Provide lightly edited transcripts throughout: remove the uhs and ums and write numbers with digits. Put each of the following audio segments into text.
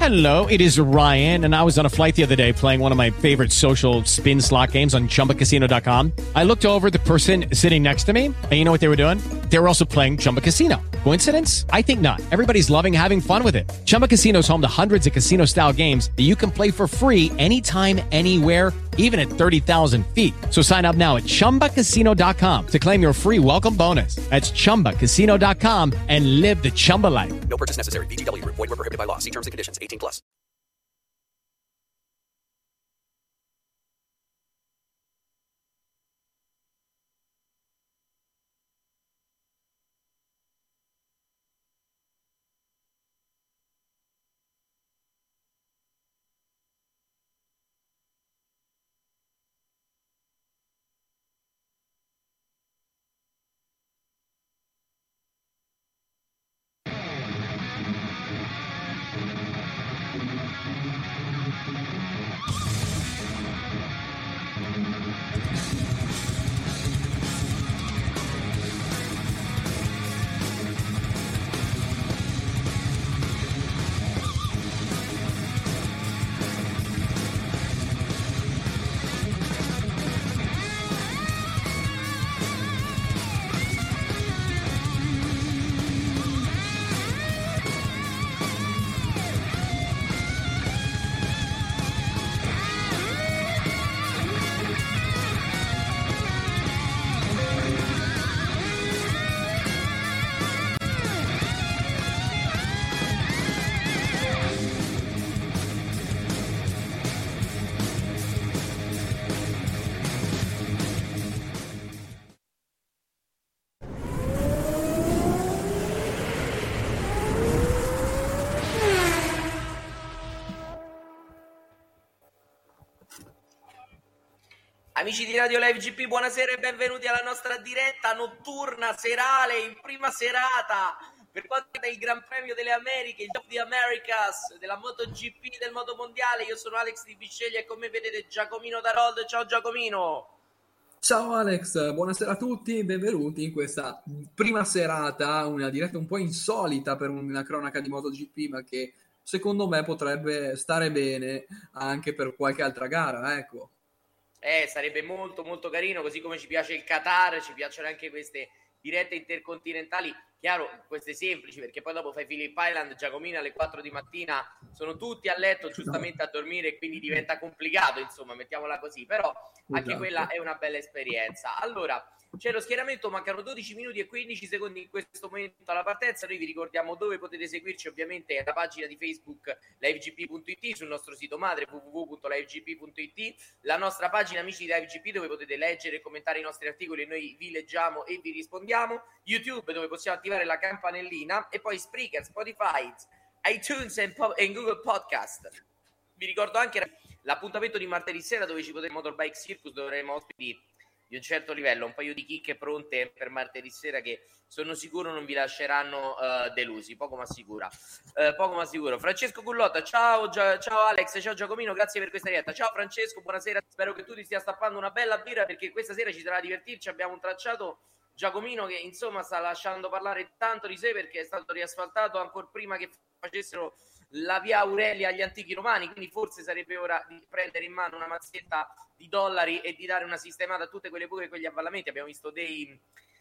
Hello, it is Ryan, and I was on a flight the other day playing one of my favorite social spin slot games on ChumbaCasino.com. I looked over at the person sitting next to me, and you know what they were doing? They were also playing Chumba Casino. Coincidence? I think not. Everybody's loving having fun with it. Chumba Casino is home to hundreds of casino-style games that you can play for free anytime, anywhere, even at 30,000 feet. So sign up now at ChumbaCasino.com to claim your free welcome bonus. That's ChumbaCasino.com and live the Chumba life. No purchase necessary. VGW. Void where prohibited by law. See terms and conditions. 18+. Amici di Radio Live GP, buonasera e benvenuti alla nostra diretta notturna serale in prima serata per quanto riguarda il Gran Premio delle Americhe, il Top di Americas, della MotoGP, del Motomondiale. Io sono Alex di Bisceglie e con me vedete Giacomino Darold. Ciao Giacomino. Ciao Alex, buonasera a tutti, benvenuti in questa prima serata, una diretta un po' insolita per una cronaca di MotoGP, ma che secondo me potrebbe stare bene anche per qualche altra gara, ecco. Sarebbe molto molto carino, così come ci piace il Qatar, ci piacciono anche queste dirette intercontinentali. Chiaro, queste semplici, perché poi dopo fai Phillip Island, Giacomino alle 4 di mattina, sono tutti a letto giustamente a dormire e quindi diventa complicato, insomma, mettiamola così, però anche quella è una bella esperienza. Allora, c'è lo schieramento, mancano 12 minuti e 15 secondi in questo momento alla partenza. Noi vi ricordiamo dove potete seguirci, ovviamente alla pagina di Facebook livegp.it, sul nostro sito madre www.livegp.it, la nostra pagina Amici di LiveGP dove potete leggere e commentare i nostri articoli e noi vi leggiamo e vi rispondiamo, YouTube dove possiamo attivare la campanellina e poi Spreaker, Spotify, iTunes e Google Podcast. Vi ricordo anche l'appuntamento di martedì sera dove ci potete Motorbike Circus, dove avremo ospiti di un certo livello, un paio di chicche pronte per martedì sera che sono sicuro non vi lasceranno delusi, poco ma sicuro. Francesco Cullotta, ciao Alex, ciao Giacomino, grazie per questa diretta. Ciao Francesco, buonasera, spero che tu ti stia stappando una bella birra perché questa sera ci sarà da divertirci. Abbiamo un tracciato, Giacomino, che insomma sta lasciando parlare tanto di sé perché è stato riasfaltato ancora prima che facessero la via Aurelia agli antichi romani, quindi forse sarebbe ora di prendere in mano una mazzetta di dollari e di dare una sistemata a tutte quelle buche e quegli avvallamenti. Abbiamo visto dei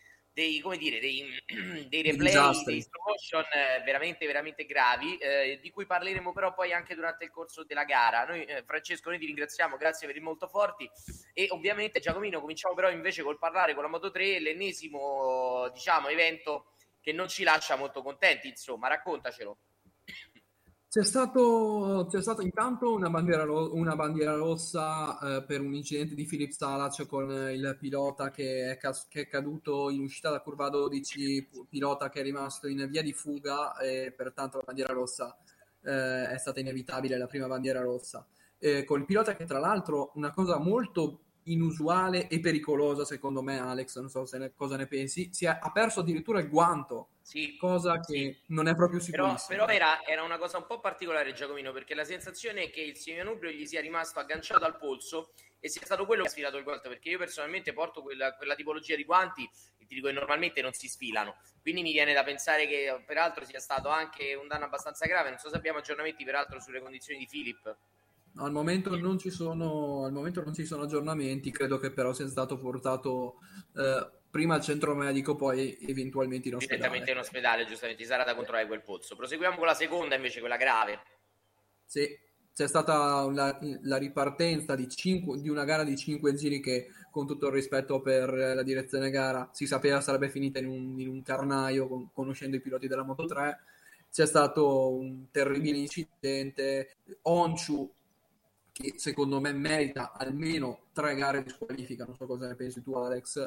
replay, dei slow motion veramente veramente gravi, di cui parleremo però poi anche durante il corso della gara. Francesco, noi ti ringraziamo, grazie per il molto forti, e ovviamente Giacomino cominciamo però invece col parlare con la Moto3, l'ennesimo evento che non ci lascia molto contenti, insomma, raccontacelo. C'è stato intanto una bandiera rossa per un incidente di Filip Salac con il pilota che è caduto in uscita da curva 12, pilota che è rimasto in via di fuga e pertanto la bandiera rossa è stata inevitabile, la prima bandiera rossa. Con il pilota che tra l'altro, una cosa molto inusuale e pericolosa, secondo me, Alex, non so cosa ne pensi, ha perso addirittura il guanto, Sì, cosa che non è proprio sicurissima. Però era una cosa un po' particolare, Giacomino, perché la sensazione è che il signor Nubrio gli sia rimasto agganciato al polso e sia stato quello che ha sfilato il guanto, perché io personalmente porto quella tipologia di guanti e ti dico che normalmente non si sfilano, quindi mi viene da pensare che peraltro sia stato anche un danno abbastanza grave. Non so se abbiamo aggiornamenti peraltro sulle condizioni di Philip. Al momento non ci sono aggiornamenti, credo che però sia stato portato prima al centro medico, poi eventualmente in ospedale. Direttamente in ospedale, giustamente, sarà da controllare quel polso. Proseguiamo con la seconda, invece, quella grave. Sì, c'è stata la ripartenza di una gara di 5 giri che, con tutto il rispetto per la direzione gara, si sapeva sarebbe finita in un carnaio, conoscendo i piloti della Moto3. C'è stato un terribile incidente. Honshu, che secondo me merita almeno 3 gare di squalifica, non so cosa ne pensi tu, Alex,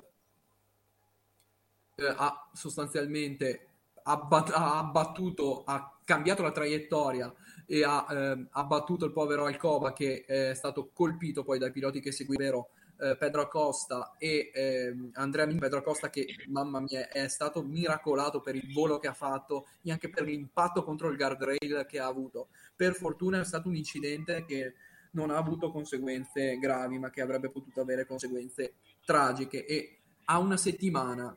ha sostanzialmente ha cambiato la traiettoria e ha abbattuto il povero Alcoba, che è stato colpito poi dai piloti che seguivano, Pedro Acosta e Andrea Pedro Acosta, che mamma mia è stato miracolato per il volo che ha fatto e anche per l'impatto contro il guardrail che ha avuto. Per fortuna è stato un incidente che non ha avuto conseguenze gravi, ma che avrebbe potuto avere conseguenze tragiche, e a una settimana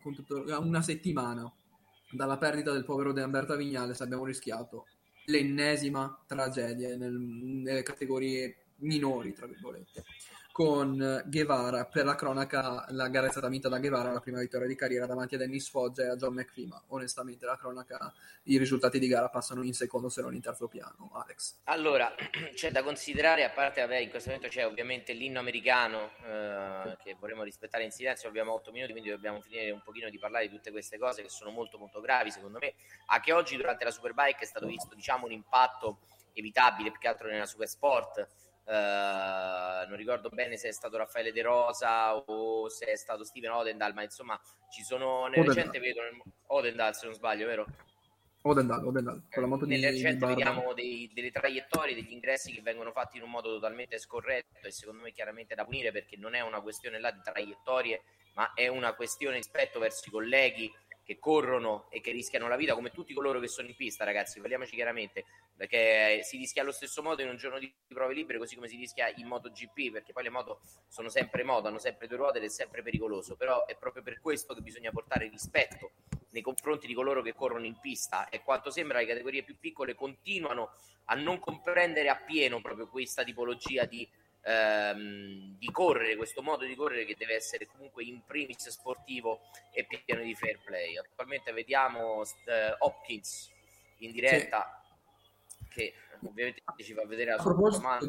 dalla perdita del povero De Amberta Vignales abbiamo rischiato l'ennesima tragedia nelle categorie minori, tra virgolette, con Guevara. Per la cronaca, la gara è stata vinta da Guevara, la prima vittoria di carriera davanti a Dennis Foggia e a John McPhee, ma onestamente la cronaca, i risultati di gara passano in secondo se non in terzo piano. Alex. Allora, c'è da considerare, a parte, in questo momento c'è ovviamente l'inno americano che vorremmo rispettare in silenzio, abbiamo 8 minuti, quindi dobbiamo finire un pochino di parlare di tutte queste cose che sono molto molto gravi, secondo me. Anche oggi durante la Superbike è stato visto, diciamo, un impatto evitabile, più che altro nella Supersport. Non ricordo bene se è stato Raffaele De Rosa o se è stato Steven Odendal, ma insomma ci sono nel recente, vedo Odendal, se non sbaglio, vero? Odendal, con la moto nel recente di vediamo delle traiettorie, degli ingressi che vengono fatti in un modo totalmente scorretto e secondo me chiaramente da punire, perché non è una questione là di traiettorie, ma è una questione rispetto verso i colleghi che corrono e che rischiano la vita, come tutti coloro che sono in pista, ragazzi, parliamoci chiaramente, perché si rischia allo stesso modo in un giorno di prove libere, così come si rischia in MotoGP, perché poi le moto sono sempre moto, hanno sempre 2 ruote ed è sempre pericoloso, però è proprio per questo che bisogna portare rispetto nei confronti di coloro che corrono in pista, e quanto sembra le categorie più piccole continuano a non comprendere appieno proprio questa tipologia di correre, questo modo di correre che deve essere comunque in primis sportivo e pieno di fair play. Attualmente vediamo Hopkins in diretta, sì, che ovviamente ci fa vedere la sua mano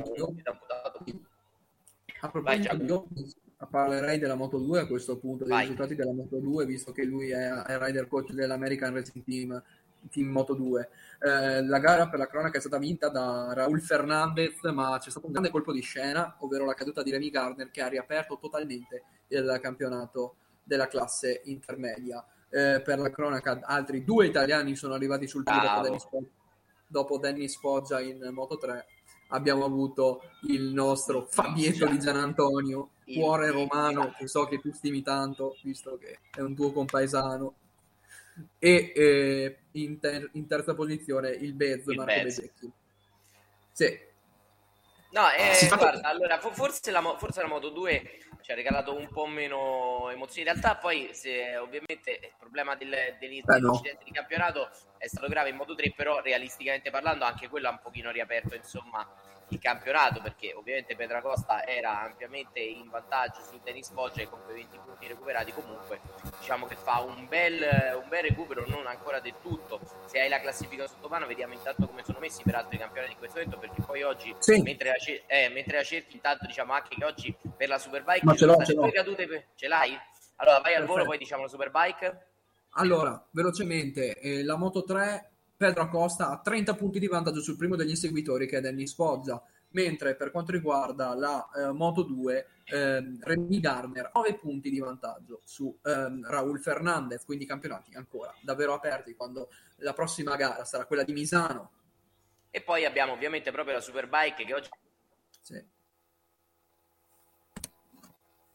a proposito di Hopkins, parlerei della Moto2 a questo punto, dei risultati della Moto2, visto che lui è rider coach dell'American Racing Team Moto2. La gara, per la cronaca, è stata vinta da Raúl Fernández, ma c'è stato un grande colpo di scena, ovvero la caduta di Remy Gardner, che ha riaperto totalmente il campionato della classe intermedia. Per la cronaca, altri 2 italiani sono arrivati sul tiro dopo Dennis Foggia in Moto3. Abbiamo avuto il nostro Fabietto Di Gianantonio, cuore romano, che so che tu stimi tanto, visto che è un tuo compaesano, e in terza posizione il Bez, Marco Bezzecchi. Sì. No, guarda, allora forse la Moto2 ci ha regalato un po' meno emozioni. In realtà poi ovviamente il problema dell'incidente di campionato è stato grave in Moto3, però realisticamente parlando anche quello ha un pochino riaperto insomma il campionato, perché ovviamente Petracosta era ampiamente in vantaggio su Dennis Foggia e con quei 20 punti recuperati comunque diciamo che fa un bel recupero, non ancora del tutto. Se hai la classifica sotto mano vediamo intanto come sono messi per altri campionati in questo momento, perché poi oggi mentre la cerchi intanto diciamo anche che oggi per la Superbike ci sono state 2 cadute. Ce l'hai? Allora vai al volo, poi diciamo la Superbike. Allora, velocemente, la Moto3, Pedro Acosta ha 30 punti di vantaggio sul primo degli inseguitori, che è Dennis Foggia, mentre per quanto riguarda la Moto2, Remy Gardner 9 punti di vantaggio su Raúl Fernández, quindi campionati ancora davvero aperti, quando la prossima gara sarà quella di Misano. E poi abbiamo ovviamente proprio la Superbike che oggi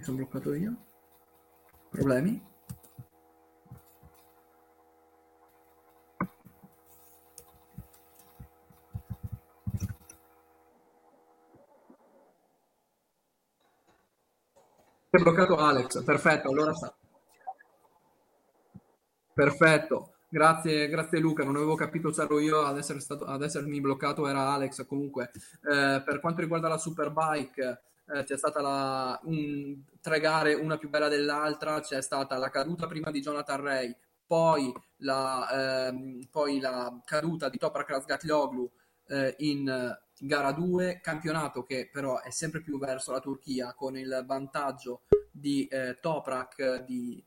Mi sono bloccato io. Problemi? Si è bloccato Alex, perfetto, allora sta. Perfetto, grazie Luca, non avevo capito se ero io ad essermi bloccato, era Alex. Comunque, per quanto riguarda la Superbike, c'è stata tre gare, una più bella dell'altra, c'è stata la caduta prima di Jonathan Ray, poi la caduta di Toprak Razgatlioglu in gara 2, campionato che però è sempre più verso la Turchia, con il vantaggio di Toprak di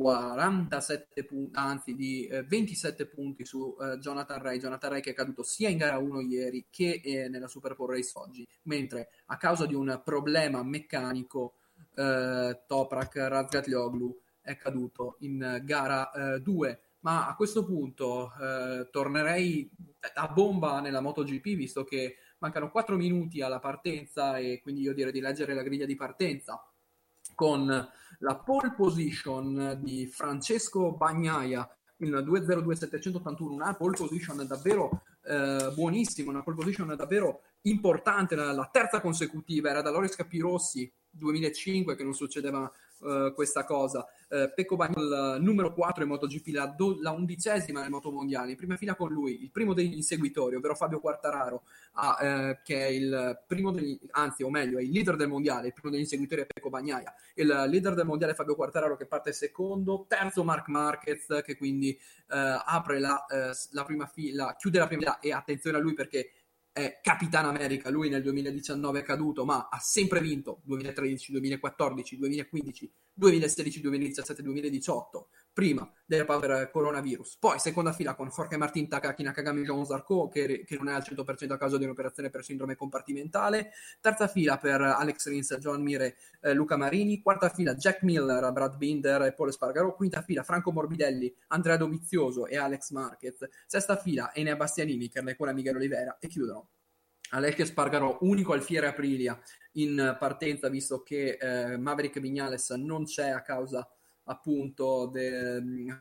47 punti, anzi di 27 punti su Jonathan Ray che è caduto sia in gara 1 ieri che nella Super Pole Race oggi, mentre a causa di un problema meccanico Toprak Razgatlioglu è caduto in gara 2. Ma a questo punto tornerei a bomba nella MotoGP, visto che mancano 4 minuti alla partenza, e quindi io direi di leggere la griglia di partenza con la pole position di Francesco Bagnaia in 2:02.781, una pole position davvero buonissima, una pole position davvero importante, la terza consecutiva, era da Loris Capirossi 2005 che non succedeva questa cosa. Pecco Bagnaia il numero 4 in MotoGP, la 11ª nel motomondiale, in prima fila con lui il primo degli inseguitori, ovvero Fabio Quartararo, che è il primo è il leader del mondiale. Il primo degli inseguitori è Pecco Bagnaia, il leader del mondiale Fabio Quartararo che parte secondo, terzo Marc Marquez che quindi apre la prima fila, chiude la prima fila, e attenzione a lui perché è Capitan America. Lui nel 2019 è caduto, ma ha sempre vinto 2013, 2014, 2015, 2016, 2017, 2018, prima del coronavirus. Poi seconda fila con Jorge Martín, Takaki Nakagami e Jean Zarco che non è al 100% a causa di un'operazione per sindrome compartimentale. Terza fila per Alex Rins, Joan Mir, Luca Marini. Quarta fila Jack Miller, Brad Binder e Paul Espargaro. Quinta fila Franco Morbidelli, Andrea Dovizioso e Alex Marquez. Sesta fila Enea Bastianini, Carnecona, Miguel Oliveira, e chiudono Alex Espargaro, unico Alfiere Aprilia in partenza, visto che Maverick Viñales non c'è a causa appunto del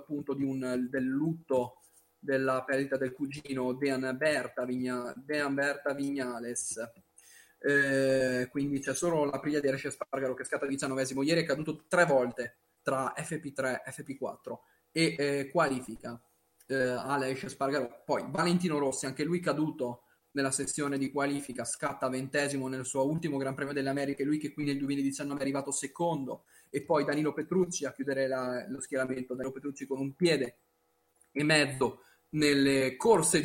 lutto della perdita del cugino Dean Berta Viñales. Quindi c'è solo l'Aprilia di Alex Espargaro che scatta 19esimo. Ieri è caduto 3 volte tra FP3, FP4 e qualifica Alex Espargaro. Poi Valentino Rossi, anche lui caduto nella sessione di qualifica, scatta 20esimo nel suo ultimo Gran Premio delle Americhe, lui che qui nel 2019 è arrivato secondo. E poi Danilo Petrucci a chiudere lo schieramento, Danilo Petrucci con un piede e mezzo nelle corse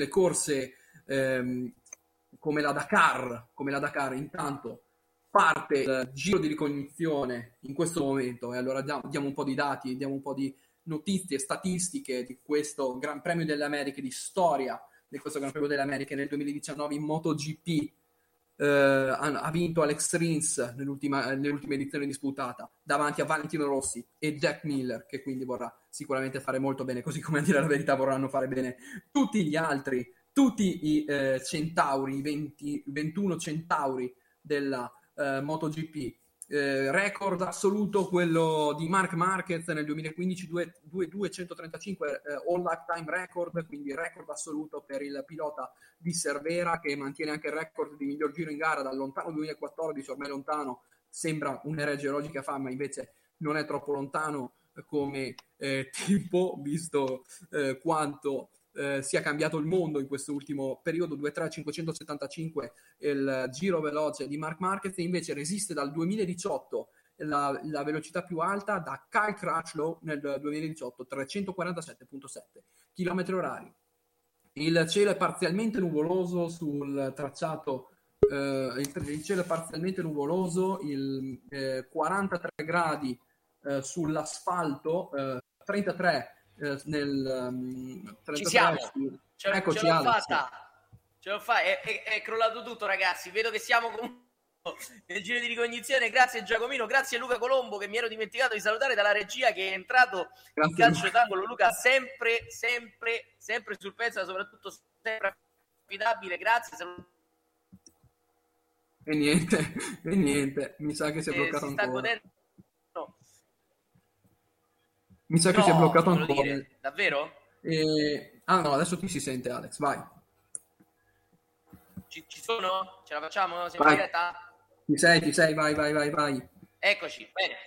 come la Dakar. Intanto parte il giro di ricognizione in questo momento, e allora diamo un po' di dati, diamo un po' di notizie, statistiche di questo Gran Premio delle Americhe, di storia di questo Gran Premio delle Americhe nel 2019 in MotoGP. Ha vinto Alex Rins nell'ultima edizione disputata davanti a Valentino Rossi e Jack Miller, che quindi vorrà sicuramente fare molto bene, così come, a dire la verità, vorranno fare bene tutti gli altri, tutti i centauri, 21 centauri della MotoGP. Record assoluto quello di Marc Marquez nel 2015, 235 all lifetime record, quindi record assoluto per il pilota di Cervera, che mantiene anche il record di miglior giro in gara dal lontano 2014, ormai lontano, sembra un'era geologica fa, ma invece non è troppo lontano come tempo, visto quanto sia cambiato il mondo in questo ultimo periodo. 2.3.575 il giro veloce di Marc Marquez, e invece resiste dal 2018 la velocità più alta da Kyle Crutchlow nel 2018, 347.7 km orari. Il cielo è parzialmente nuvoloso sul tracciato, il cielo è parzialmente nuvoloso, 43 gradi sull'asfalto, 33 nel 33. Ci siamo, Eccoci, ce l'ho Alex. fatta, è crollato tutto, ragazzi. Vedo che siamo nel giro di ricognizione. Grazie Giacomino, grazie Luca Colombo, che mi ero dimenticato di salutare dalla regia, che è entrato in calcio d'angolo. Luca sempre sul pezzo, ma soprattutto sempre affidabile. Grazie. E niente, mi sa che si è bloccato Si sta ancora. godendo. No, Mi sa che si è bloccato non me lo ancora. dire. Davvero? Ah no, adesso ti si sente, Alex, vai. Ci sono? Ce la facciamo? Siamo in Vai. diretta? Ti sei, vai. Eccoci, bene.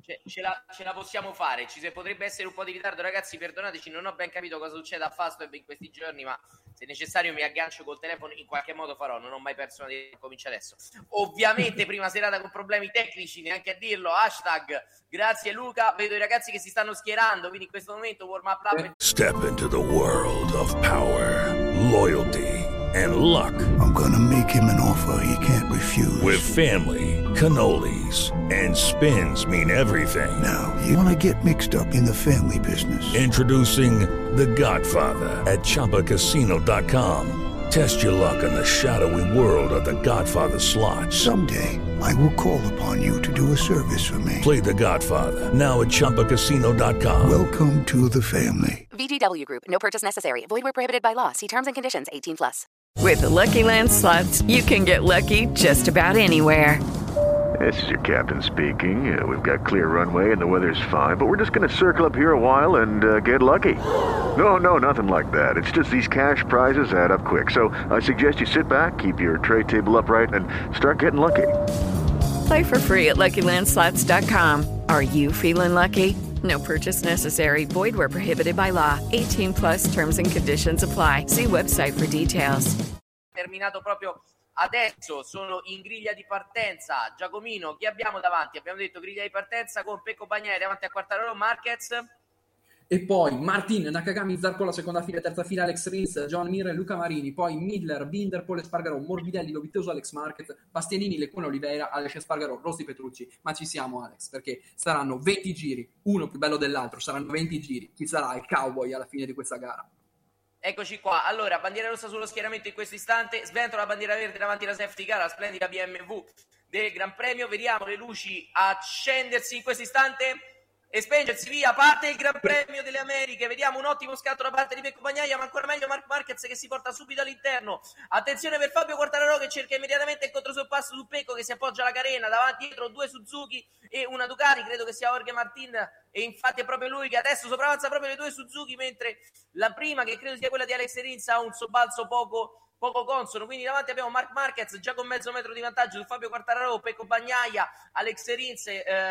Ce la possiamo fare. Potrebbe essere un po' di ritardo, ragazzi. Perdonateci, non ho ben capito cosa succede a Fastweb in questi giorni, ma se necessario mi aggancio col telefono, in qualche modo farò. Non ho mai perso una di comincia adesso. Ovviamente, prima serata con problemi tecnici, neanche a dirlo. Hashtag grazie Luca. Vedo i ragazzi che si stanno schierando, quindi in questo momento warm up. Step into the world of power, loyalty, and luck. I'm gonna make him an offer he can't refuse. With family, cannolis, and spins mean everything. Now, you wanna get mixed up in the family business. Introducing The Godfather at ChumbaCasino.com. Test your luck in the shadowy world of The Godfather slot. Someday, I will call upon you to do a service for me. Play The Godfather now at ChumbaCasino.com. Welcome to the family. VGW Group. No purchase necessary. Void where prohibited by law. See terms and conditions. 18+. With the Lucky Land Slots, you can get lucky just about anywhere. This is your captain speaking. We've got clear runway and the weather's fine, but we're just going to circle up here a while and get lucky. No, nothing like that. It's just these cash prizes add up quick. So I suggest you sit back, keep your tray table upright, and start getting lucky. Play for free at LuckyLandSlots.com. Are you feeling lucky? No purchase necessary. Void where prohibited by law. 18+ terms and conditions apply. See website for details. Terminato proprio adesso, sono in griglia di partenza. Giacomino, chi abbiamo davanti? Abbiamo detto griglia di partenza con Pecco Bagnaia davanti a Quartararo, Marquez. E poi Martin, Nakagami, Zarco, seconda fila, terza fila, Alex Rins, John Mir e Luca Marini, poi Midler, Binder, Paul Espargarò, Morbidelli, Dovizioso, Alex Marquez, Bastianini, Leccone Oliveira, Alex Espargarò, Rossi Petrucci. Ma ci siamo, Alex, perché saranno 20 giri, uno più bello dell'altro, saranno 20 giri. Chi sarà il cowboy alla fine di questa gara? Eccoci qua, allora, bandiera rossa sullo schieramento in questo istante, sventola la bandiera verde davanti alla safety car, la splendida BMW del Gran Premio, vediamo le luci accendersi in questo istante e spengersi, via, parte il Gran Premio delle Americhe, vediamo un ottimo scatto da parte di Pecco Bagnaia, ma ancora meglio Marc Marquez che si porta subito all'interno. Attenzione per Fabio Quartararo che cerca immediatamente il controsorpasso su Pecco che si appoggia alla carena, davanti dietro due Suzuki e una Ducati, credo che sia Jorge Martin, e infatti è proprio lui che adesso sopravanza proprio le due Suzuki, mentre la prima, che credo sia quella di Alex Rins, ha un sobbalzo poco consono, quindi davanti abbiamo Marc Marquez già con mezzo metro di vantaggio su Fabio Quartararo, Pecco Bagnaia, Alex Rins,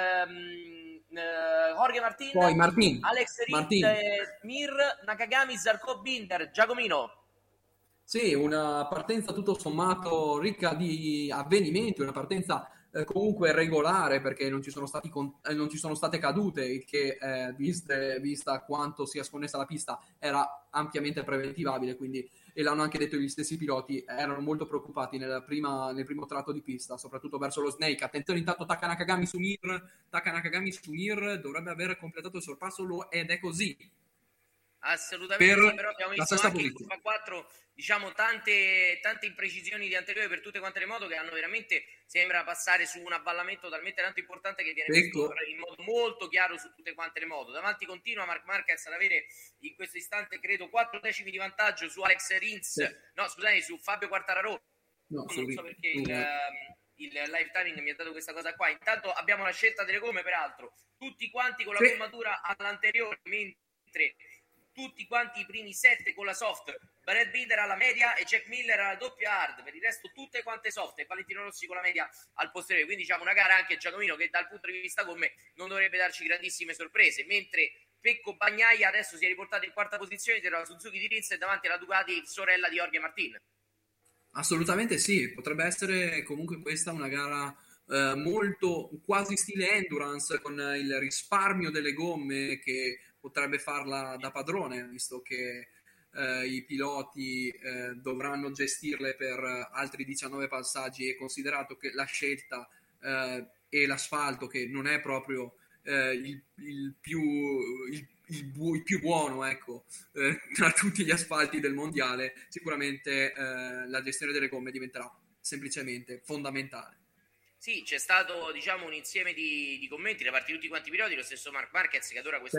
Jorge Martin, Poi Martin, Alex Rins, Mir, Nakagami, Zarco, Binder. Giacomino. Sì, una partenza tutto sommato ricca di avvenimenti, una partenza comunque regolare, perché non ci sono state cadute, il che vista quanto sia sconnessa la pista era ampiamente preventivabile, quindi, e l'hanno anche detto gli stessi piloti, erano molto preoccupati nel primo tratto di pista, soprattutto verso lo Snake. Attenzione, intanto Taka Nakagami su Mir dovrebbe aver completato il sorpasso ed è così. Assolutamente sì, però abbiamo visto anche in Curva 4, diciamo, tante imprecisioni di anteriore per tutte quante le moto, che hanno veramente, sembra passare su un avvallamento talmente tanto importante che viene visto in modo molto chiaro su tutte quante le moto. Davanti continua Marc Marquez ad avere in questo istante credo 4 decimi di vantaggio su Alex Rins, sì. No scusate, su Fabio Quartararo, non so perché il live timing mi ha dato questa cosa qua. Intanto abbiamo la scelta delle gomme, peraltro tutti quanti con la gommatura all'anteriore, mentre tutti quanti i primi 7 con la soft, Brad Binder alla media e Jack Miller alla doppia hard, per il resto tutte quante soft, e Valentino Rossi con la media al posteriore, quindi diciamo una gara anche, Giacomino, che dal punto di vista gomme non dovrebbe darci grandissime sorprese, mentre Pecco Bagnaia adesso si è riportato in quarta posizione tra la Suzuki di Rins e davanti alla Ducati, sorella di Jorge Martin. Assolutamente sì, potrebbe essere comunque questa una gara molto quasi stile endurance, con il risparmio delle gomme che potrebbe farla da padrone, visto che i piloti dovranno gestirle per altri 19 passaggi, e considerato che la scelta e l'asfalto, che non è proprio il più buono, ecco, tra tutti gli asfalti del mondiale, sicuramente la gestione delle gomme diventerà semplicemente fondamentale. Sì, c'è stato, diciamo, un insieme di commenti da parte di tutti quanti i piloti, lo stesso Marc Marquez che adora questo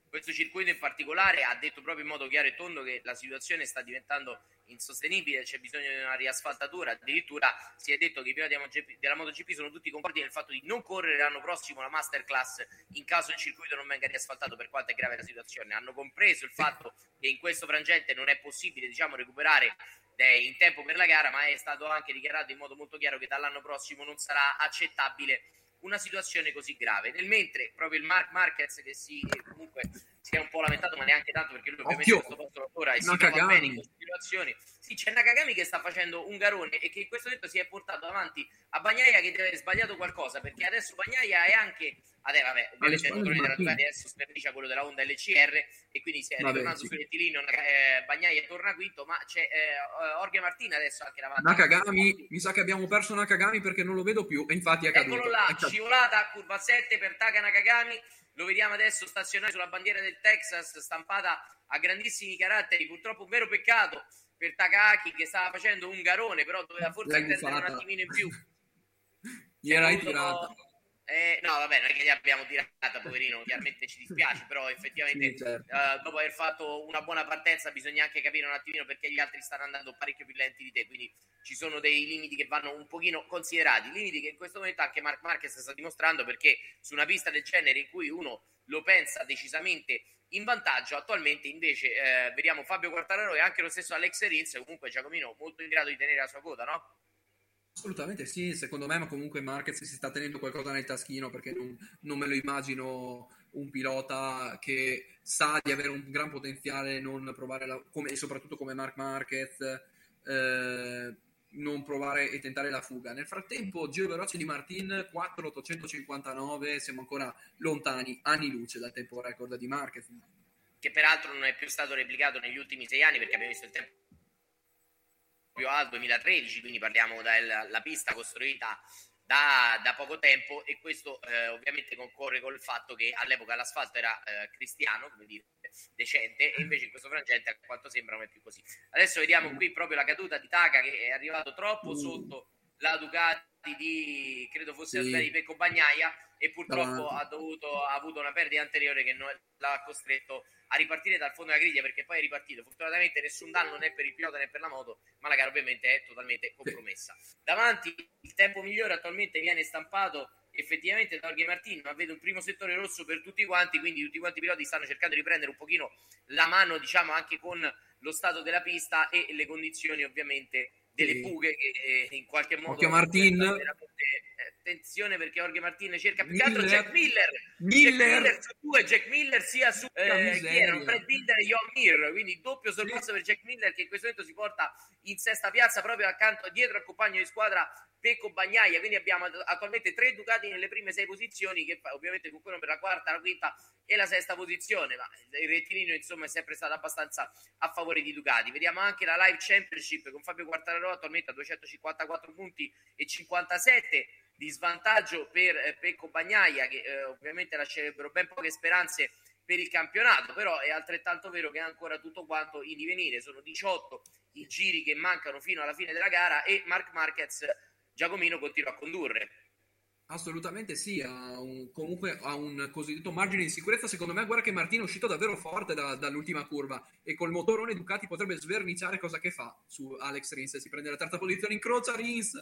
questo circuito in particolare ha detto proprio in modo chiaro e tondo che la situazione sta diventando insostenibile, c'è bisogno di una riasfaltatura. Addirittura si è detto che i piloti della MotoGP sono tutti concordi nel fatto di non correre l'anno prossimo la masterclass in caso il circuito non venga riasfaltato, per quanto è grave la situazione. Hanno compreso il fatto che in questo frangente non è possibile, diciamo, recuperare in tempo per la gara, ma è stato anche dichiarato in modo molto chiaro che dall'anno prossimo non sarà accettabile una situazione così grave. Nel mentre proprio il Marc Marquez, che comunque si è un po' lamentato, ma neanche tanto, perché lui ovviamente questo posto lavora e si trova bene in queste situazioni. Sì, c'è Nakagami che sta facendo un garone e che in questo momento si è portato avanti a Bagnaia, che deve aver sbagliato qualcosa, perché adesso Bagnaia è anche ovviamente il motore della Ducati adesso spernicia quello della Honda LCR e quindi si è ritornato sul rettilineo. Bagnaia torna quinto, ma c'è Jorge Martin adesso anche davanti. Nakagami, mi sa che abbiamo perso Nakagami perché non lo vedo più e infatti è caduto. Eccolo là, scivolata, curva 7 per Taka Nakagami, lo vediamo adesso stazionare sulla bandiera del Texas stampata a grandissimi caratteri. Purtroppo un vero peccato per Takaki, che stava facendo un garone, però doveva forse attendere un attimino in più. Gli era ritirata. No, vabbè, non è che gli abbiamo tirata, poverino, chiaramente ci dispiace, però effettivamente sì, certo. Dopo aver fatto una buona partenza bisogna anche capire un attimino perché gli altri stanno andando parecchio più lenti di te, quindi ci sono dei limiti che vanno un pochino considerati, limiti che in questo momento anche Marc Marquez sta dimostrando, perché su una pista del genere in cui uno lo pensa decisamente in vantaggio, attualmente invece vediamo Fabio Quartararo e anche lo stesso Alex Rins, comunque Giacomino molto in grado di tenere la sua coda, no? Assolutamente sì, secondo me, ma comunque Marquez si sta tenendo qualcosa nel taschino, perché non me lo immagino un pilota che sa di avere un gran potenziale non provare e soprattutto come Marc Marquez non provare e tentare la fuga. Nel frattempo giro veloce di Martin 4.859, siamo ancora lontani anni luce dal tempo record di Marquez, che peraltro non è più stato replicato negli ultimi 6 anni, perché abbiamo visto il tempo al 2013, quindi parliamo della pista costruita da poco tempo, e questo ovviamente concorre col fatto che all'epoca l'asfalto era cristiano, come dire, decente, e invece in questo frangente a quanto sembra non è più così. Adesso vediamo qui proprio la caduta di Taka, che è arrivato troppo sotto la Ducati di, credo fosse la di Pecco Bagnaia, e purtroppo ha avuto una perdita anteriore che l'ha costretto a ripartire dal fondo della griglia, perché poi è ripartito. Fortunatamente nessun danno né per il pilota né per la moto, ma la gara ovviamente è totalmente compromessa. Davanti il tempo migliore attualmente viene stampato effettivamente da Jorge Martin, ma vedo un primo settore rosso per tutti quanti, quindi tutti quanti i piloti stanno cercando di prendere un pochino la mano, diciamo, anche con lo stato della pista e le condizioni ovviamente delle bughe che in qualche modo Occhio Martin, attenzione, perché Jorge Martin cerca più che altro Jack Miller su due, Jack Miller sia su chi erano Brad Binder e Johan Mir, quindi doppio sorpasso per Jack Miller, che in questo momento si porta in sesta piazza proprio accanto, dietro al compagno di squadra Pecco Bagnaia. Quindi abbiamo attualmente 3 Ducati nelle prime 6 posizioni, che ovviamente concorrono per la quarta, la quinta e la sesta posizione, ma il rettilineo insomma è sempre stato abbastanza a favore di Ducati. Vediamo anche la Live Championship con Fabio Quartararo attualmente a 254 punti e 57 di svantaggio per Pecco Bagnaia, che ovviamente lascerebbero ben poche speranze per il campionato, però è altrettanto vero che è ancora tutto quanto in divenire. Sono 18 i giri che mancano fino alla fine della gara e Marc Marquez, Giacomino, continua a condurre. Assolutamente sì, comunque ha un cosiddetto margine di sicurezza. Secondo me, guarda che Martin è uscito davvero forte dall'ultima curva e col motorone Ducati potrebbe sverniciare, cosa che fa su Alex Rins. Si prende la terza posizione, incrocia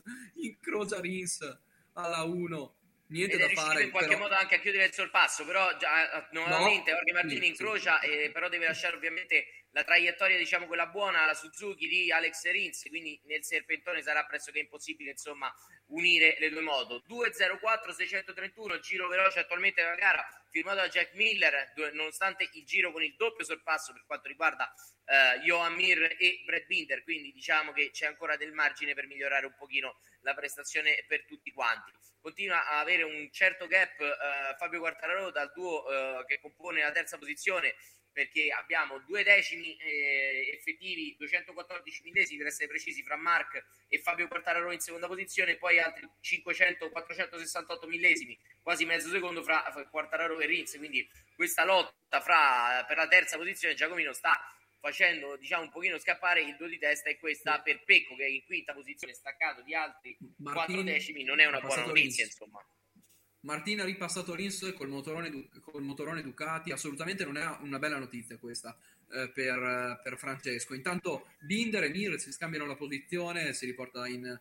Rins alla 1. Niente da fare, in qualche modo anche a chiudere il sorpasso, però già nuovamente Jorge Martin incrocia, però deve lasciare ovviamente la traiettoria, diciamo quella buona, la Suzuki di Alex Rins, quindi nel serpentone sarà pressoché impossibile insomma unire le due moto. 2.04.631 giro veloce attualmente nella gara, firmato da Jack Miller, nonostante il giro con il doppio sorpasso per quanto riguarda Johan Mir e Brad Binder, quindi diciamo che c'è ancora del margine per migliorare un pochino la prestazione per tutti quanti. Continua a avere un certo gap Fabio Quartararo dal duo che compone la terza posizione, perché abbiamo 2 decimi effettivi, 214 millesimi per essere precisi, fra Marc e Fabio Quartararo in seconda posizione, e poi altri 468 millesimi, quasi mezzo secondo, fra Quartararo e Rins. Quindi questa lotta per la terza posizione Giacomino sta facendo, diciamo, un pochino scappare il 2 di testa, e questa per Pecco, che è in quinta posizione staccato di altri 4 decimi, non è una buona notizia, insomma. Martin ha ripassato Rins col motorone Ducati. Assolutamente non è una bella notizia questa per Francesco. Intanto Binder e Mir si scambiano la posizione, si riporta in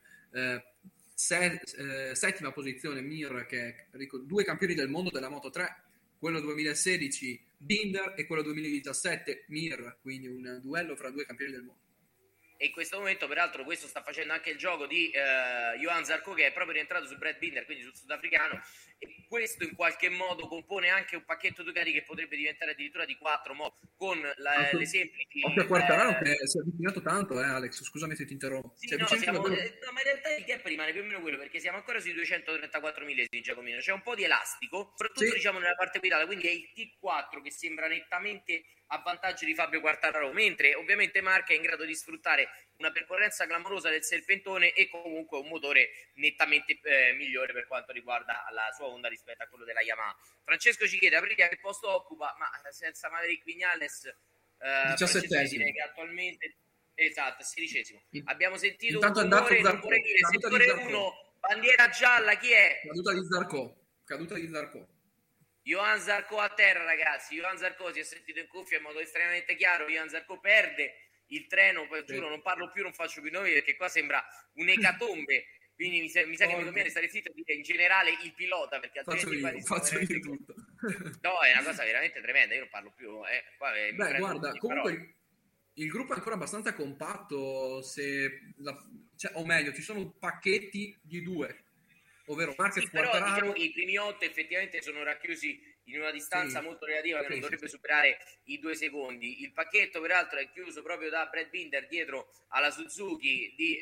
settima posizione Mir, che è 2 campioni del mondo della Moto3, quello 2016 Binder e quello 2017 Mir, quindi un duello fra 2 campioni del mondo. E in questo momento, peraltro, questo sta facendo anche il gioco di Johan Zarco, che è proprio rientrato su Brad Binder, quindi sul sudafricano, e questo in qualche modo compone anche un pacchetto Ducati che potrebbe diventare addirittura di 4, con le semplici... Quartararo che si è avvicinato tanto, Alex, scusami se ti interrompo. Sì, ma in realtà il gap rimane più o meno quello, perché siamo ancora sui 234 millesimi, Giacomino. C'è un po' di elastico, soprattutto diciamo nella parte guidata, quindi è il T4 che sembra nettamente a vantaggio di Fabio Quartararo, mentre ovviamente Marc è in grado di sfruttare una percorrenza clamorosa del serpentone e comunque un motore nettamente migliore per quanto riguarda la sua Honda rispetto a quello della Yamaha. Francesco ci chiede Aprilia che posto occupa, ma senza Maverick Viñales 17esimo che attualmente esatto, 16esimo. Abbiamo sentito intanto un rumore, non vorrei dire settore 1, bandiera gialla, chi è? Caduta di Zarco. Johan Zarco a terra, ragazzi. Johan Zarco si è sentito in cuffia in modo estremamente chiaro. Johan Zarco perde il treno, poi giuro non parlo più, non faccio più nomi perché qua sembra un'ecatombe, quindi mi sa che mi conviene stare zitto e dire in generale il pilota, perché altrimenti faccio io tutto. No, è una cosa veramente tremenda, io non parlo più. Guarda, comunque il gruppo è ancora abbastanza compatto, o meglio, ci sono pacchetti di 2, ovvero Marquez e però Quartararo. diciamo che i primi 8 effettivamente sono racchiusi in una distanza molto relativa che non dovrebbe superare i 2 secondi. Il pacchetto peraltro è chiuso proprio da Brad Binder dietro alla Suzuki di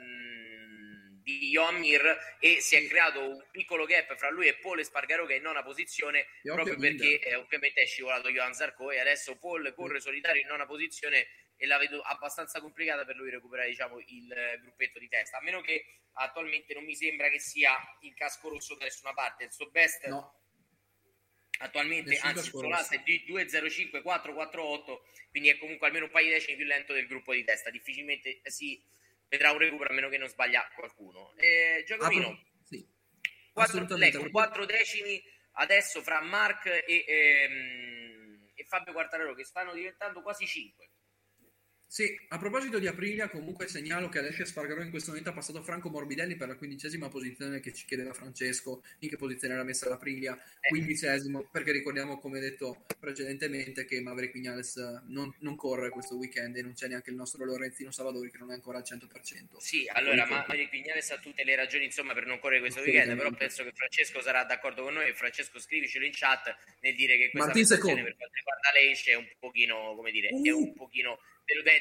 Johan Mir, e si è creato un piccolo gap fra lui e Paul Espargaro che è in 9ª posizione, proprio perché ovviamente è scivolato Johan Zarco e adesso Paul corre solitario in 9ª posizione e la vedo abbastanza complicata per lui recuperare, diciamo, il gruppetto di testa, a meno che attualmente non mi sembra che sia in casco rosso da nessuna parte. Il suo best attualmente, anzi il suo last è di 2.05.448, quindi è comunque almeno un paio di decimi più lento del gruppo di testa. Difficilmente si vedrà un recupero a meno che non sbaglia qualcuno. Giacomino, 4 decimi adesso fra Marc e Fabio Quartararo, che stanno diventando quasi 5. Sì, a proposito di Aprilia, comunque segnalo che Alessio Espargaro in questo momento ha passato Franco Morbidelli per la 15ª posizione, che ci chiedeva Francesco in che posizione era messa l'Aprilia. 15esimo, perché ricordiamo, come detto precedentemente, che Maverick Viñales non corre questo weekend e non c'è neanche il nostro Lorenzino Savadori che non è ancora al 100%. Sì, allora Maverick Viñales ha tutte le ragioni, insomma, per non correre questo weekend, però penso che Francesco sarà d'accordo con noi, e Francesco scrivicelo in chat nel dire che questa prestazione per quanto riguarda Leish è un pochino, come dire, è un pochino deludente.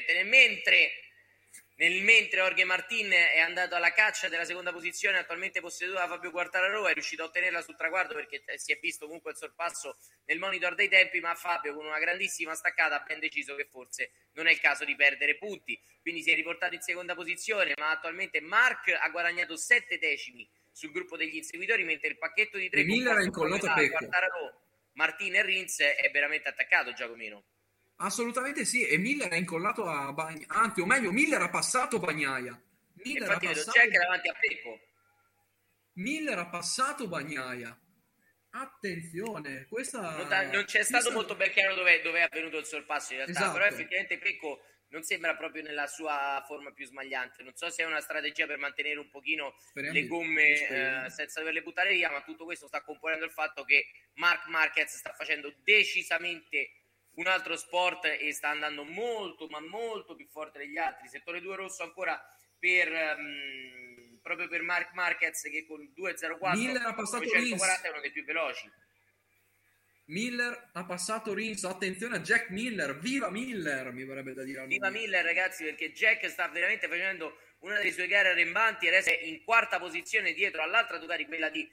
Nel mentre Jorge Martin è andato alla caccia della seconda posizione attualmente posseduta da Fabio Quartararo, è riuscito a ottenerla sul traguardo perché si è visto comunque il sorpasso nel monitor dei tempi, ma Fabio con una grandissima staccata ha ben deciso che forse non è il caso di perdere punti, quindi si è riportato in seconda posizione, ma attualmente Marc ha guadagnato 7 decimi sul gruppo degli inseguitori, mentre il pacchetto di 3 Miller è incollato a Pecco. Quartararo, Martin e Rins è veramente attaccato, Giacomino. Assolutamente sì, e Miller è incollato a Bagnaia, anzi, o meglio, Miller ha passato Bagnaia. Infatti vedo Jack davanti a Pecco. Miller ha passato Bagnaia. Attenzione, questa non c'è stato molto ben chiaro dove è avvenuto il sorpasso in realtà, esatto. Però effettivamente Pecco non sembra proprio nella sua forma più smagliante. Non so se è una strategia per mantenere un pochino le gomme senza doverle buttare via, ma tutto questo sta componendo il fatto che Marc Marquez sta facendo decisamente un altro sport e sta andando molto ma molto più forte degli altri. Settore 2 rosso ancora proprio per Marc Marquez, che con 2.04 Miller ha passato 940 è uno dei più veloci. Miller ha passato Rins. Attenzione a Jack Miller, viva Miller, mi vorrebbe da dire. Viva Miller, ragazzi, perché Jack sta veramente facendo una delle sue gare arrembanti, adesso è in 4ª posizione dietro all'altra Ducati, quella di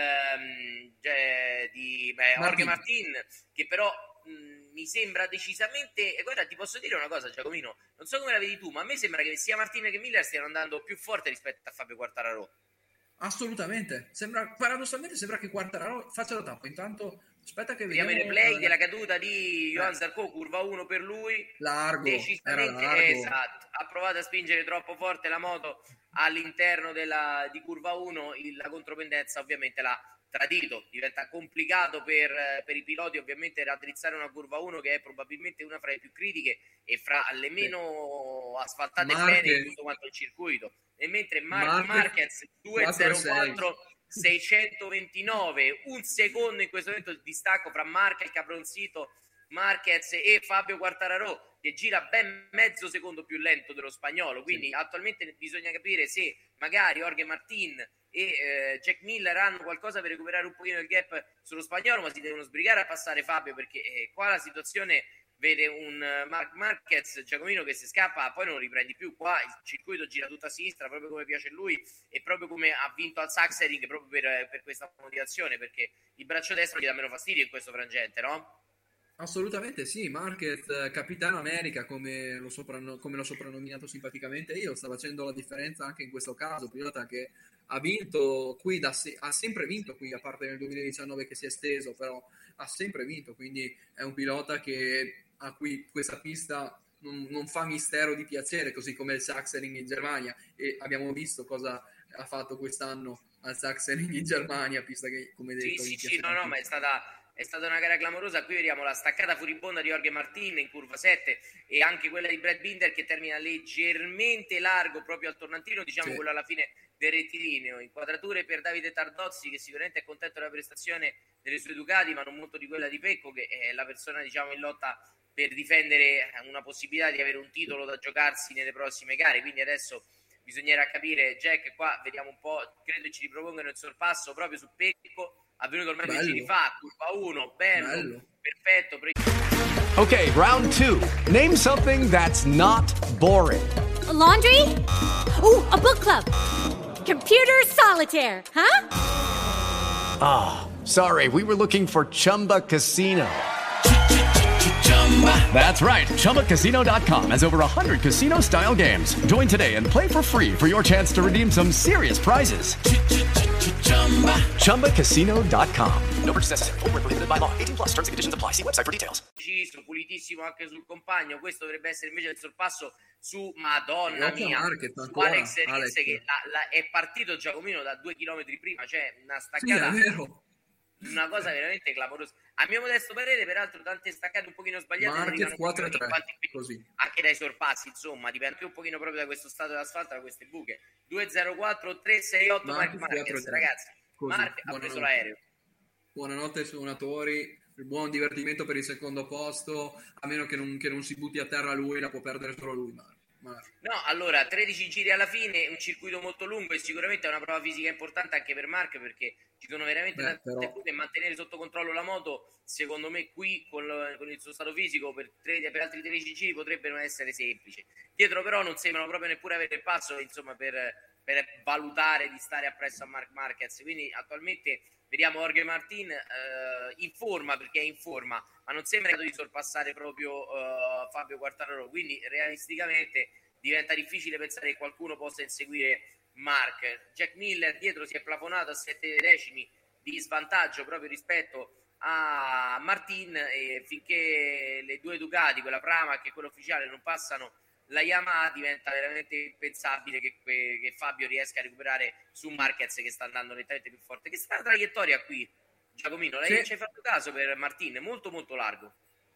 Jorge Martin, che però mi sembra decisamente, e guarda, ti posso dire una cosa, Giacomino, non so come la vedi tu, ma a me sembra che sia Martin che Miller stiano andando più forte rispetto a Fabio Quartararo. Assolutamente, paradossalmente sembra che Quartararo faccia la tappa. Intanto Aspetta che vediamo il replay della caduta di Johan Zarco, curva 1 per lui, decisamente esatto, ha provato a spingere troppo forte la moto all'interno di curva 1, la contropendenza ovviamente l'ha tradito, diventa complicato per i piloti ovviamente raddrizzare una curva 1 che è probabilmente una fra le più critiche e fra le meno asfaltate bene in tutto quanto il circuito, e mentre Marquez 2.04 629, un secondo in questo momento di distacco fra Marca, il cabroncito Marquez e Fabio Quartararo, che gira ben mezzo secondo più lento dello spagnolo, quindi attualmente bisogna capire se magari Jorge Martin e Jack Miller hanno qualcosa per recuperare un pochino il gap sullo spagnolo, ma si devono sbrigare a passare Fabio, perché qua la situazione vede un Marquez, Giacomino, che si scappa, poi non lo riprendi più. Qua il circuito gira tutto a sinistra, proprio come piace a lui e proprio come ha vinto al Sachsenring, proprio per questa motivazione, perché il braccio destro gli dà meno fastidio in questo frangente, no? Assolutamente sì, Marquez, Capitano America, come l'ho soprannominato simpaticamente io, sta facendo la differenza anche in questo caso, pilota che ha vinto qui ha sempre vinto qui, a parte nel 2019 che si è esteso, però ha sempre vinto, quindi è un pilota a cui questa pista non fa mistero di piacere, così come il Sachsenring in Germania, e abbiamo visto cosa ha fatto quest'anno al Sachsenring in Germania, pista che, come detto, no, ma è stata una gara clamorosa. Qui vediamo la staccata furibonda di Jorge Martin in curva 7 e anche quella di Brad Binder che termina leggermente largo proprio al tornantino, diciamo quello alla fine del rettilineo. Inquadrature per Davide Tardozzi, che sicuramente è contento della prestazione delle sue Ducati, ma non molto di quella di Pecco, che è la persona, diciamo, in lotta per difendere una possibilità di avere un titolo da giocarsi nelle prossime gare. Quindi adesso bisognerà capire, Jack, qua vediamo un po', credo ci ripropongano il sorpasso proprio su Pecco, avvenuto ormai 2 giri fa, curva 1, bello. Perfetto. Okay, round 2. Name something that's not boring. A laundry? Ooh, a book club. Computer solitaire, huh? Ah, sorry, we were looking for Chumba Casino. That's right, ChumbaCasino.com has over 100 casino-style games. Join today and play for free for your chance to redeem some serious prizes. ChumbaCasino.com. No purchase necessary. Void where prohibited by law. 18+ terms and conditions apply. See website for details. Pulitissimo anche sul compagno. Questo dovrebbe essere invece il sorpasso su Madonna mia su Alex Rins, che è partito Giacomino da 2 chilometri prima, cioè una staccata, una cosa veramente clamorosa. A mio modesto parere, peraltro, tante staccate un pochino sbagliate Marquez 4-3 così, anche dai sorpassi, insomma, dipende anche un pochino proprio da questo stato dell'asfalto, da queste buche. 2-0-4, 3-6-8 Marquez, ragazzi. Marquez ha preso l'aereo. Buonanotte suonatori, buon divertimento per il secondo posto, a meno che non si butti a terra lui, la può perdere solo lui. No, allora 13 giri alla fine, un circuito molto lungo e sicuramente è una prova fisica importante anche per Mark, perché ci sono veramente tante buche e mantenere sotto controllo la moto, secondo me qui con il suo stato fisico per altri 13 giri potrebbe non essere semplice. Dietro però non sembrano proprio neppure avere il passo, insomma, per valutare di stare appresso a Marc Marquez, quindi attualmente vediamo Jorge Martin in forma, perché è in forma, ma non sembra di sorpassare proprio Fabio Quartararo, quindi realisticamente diventa difficile pensare che qualcuno possa inseguire Marc. Jack Miller dietro si è plafonato a 7 decimi di svantaggio proprio rispetto a Martin, e finché le due Ducati, quella Pramac e quella ufficiale, non passano la Yamaha, diventa veramente impensabile che Fabio riesca a recuperare su Marquez, che sta andando nettamente più forte. Che strana traiettoria qui, Giacomino, ci hai fatto caso per Martin? Molto molto largo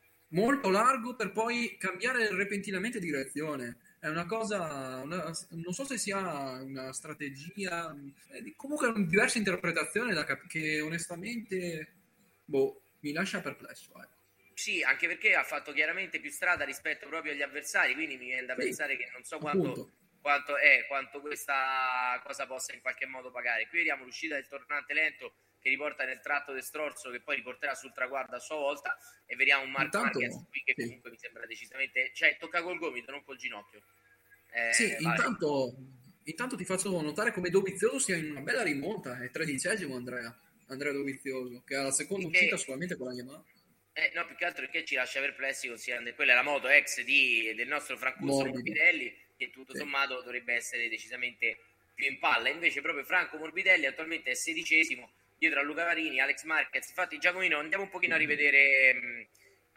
per poi cambiare repentinamente direzione. È una cosa, non so se sia una strategia, comunque una diversa interpretazione che onestamente mi lascia perplesso. Sì, anche perché ha fatto chiaramente più strada rispetto proprio agli avversari, quindi mi viene da pensare che non so quanto questa cosa possa in qualche modo pagare. Qui vediamo l'uscita del tornante lento che riporta nel tratto destrorso, che poi riporterà sul traguardo a sua volta, e vediamo un Marquez qui che comunque mi sembra decisamente, cioè tocca col gomito, non col ginocchio. Intanto ti faccio notare come Dovizioso sia in una bella rimonta, è 13° Andrea Dovizioso, che ha la seconda uscita solamente con la Yamaha. No, più che altro perché ci lascia perplessi, considerando che quella è la moto ex del nostro Francuccio Morbidelli, che tutto sommato dovrebbe essere decisamente più in palla. Invece proprio Franco Morbidelli attualmente è 16°, dietro a Luca Marini, Alex Marquez. Infatti Giacomino, andiamo un pochino a rivedere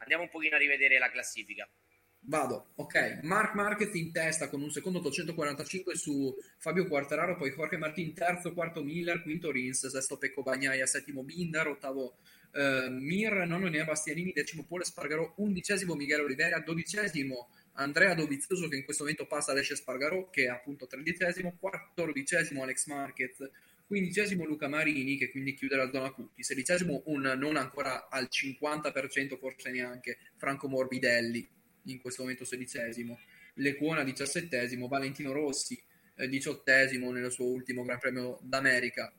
la classifica. Vado, ok. Marc Marquez in testa con un secondo 845 su Fabio Quartararo, poi Jorge Martin terzo, quarto Miller, quinto Rins, sesto Pecco Bagnaia, settimo Binder, ottavo Mir, nono Enea Bastianini, decimo Pole Spargarò, undicesimo Miguel Oliveira, dodicesimo Andrea Dovizioso che in questo momento passa Alessio Spargarò che è appunto tredicesimo, quattordicesimo Alex Marquez, quindicesimo Luca Marini che quindi chiude la zona punti, sedicesimo un non ancora al 50% forse neanche Franco Morbidelli in questo momento sedicesimo, Lecuona diciassettesimo, Valentino Rossi diciottesimo nel suo ultimo Gran Premio d'America,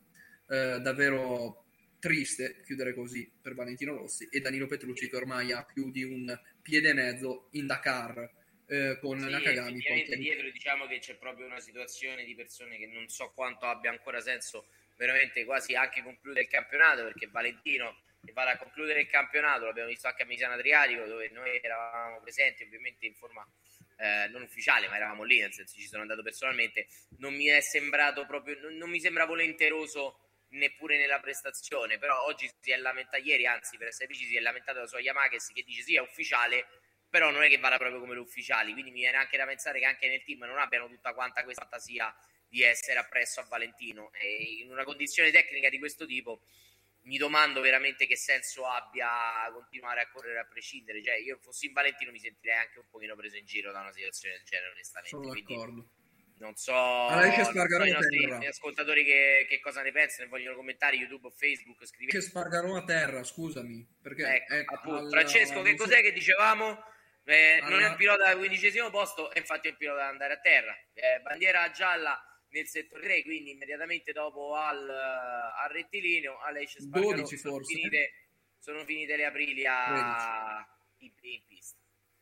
davvero triste chiudere così per Valentino Rossi, e Danilo Petrucci che ormai ha più di un piede e mezzo in Dakar con Nakagami. Effettivamente dietro diciamo che c'è proprio una situazione di persone che non so quanto abbia ancora senso veramente quasi anche concludere il campionato, perché Valentino che vada a concludere il campionato, l'abbiamo visto anche a Misano Adriatico dove noi eravamo presenti ovviamente in forma non ufficiale, ma eravamo lì, nel senso ci sono andato personalmente, non mi è sembrato proprio, non mi sembra volenteroso neppure nella prestazione, però oggi si è lamentato, ieri anzi per essere precisi si è lamentato la sua Yamakes che dice sì è ufficiale, però non è che vada proprio come l'ufficiali, quindi mi viene anche da pensare che anche nel team non abbiano tutta quanta questa fantasia di essere appresso a Valentino, e in una condizione tecnica di questo tipo mi domando veramente che senso abbia continuare a correre a prescindere. Cioè io fossi in Valentino mi sentirei anche un pochino preso in giro da una situazione del genere, onestamente. Sono quindi d'accordo. non so i nostri ascoltatori che cosa ne pensano, ne vogliono commentare YouTube o Facebook, scrivete. Che Spargarò a terra, scusami, perché Francesco, che cos'è che dicevamo? Non è un pilota al 15° posto, e infatti è un pilota ad andare a terra, bandiera gialla nel settore 3, quindi immediatamente dopo al rettilineo Alessio Spargarò 12 forse. sono finite le Aprilia in pista.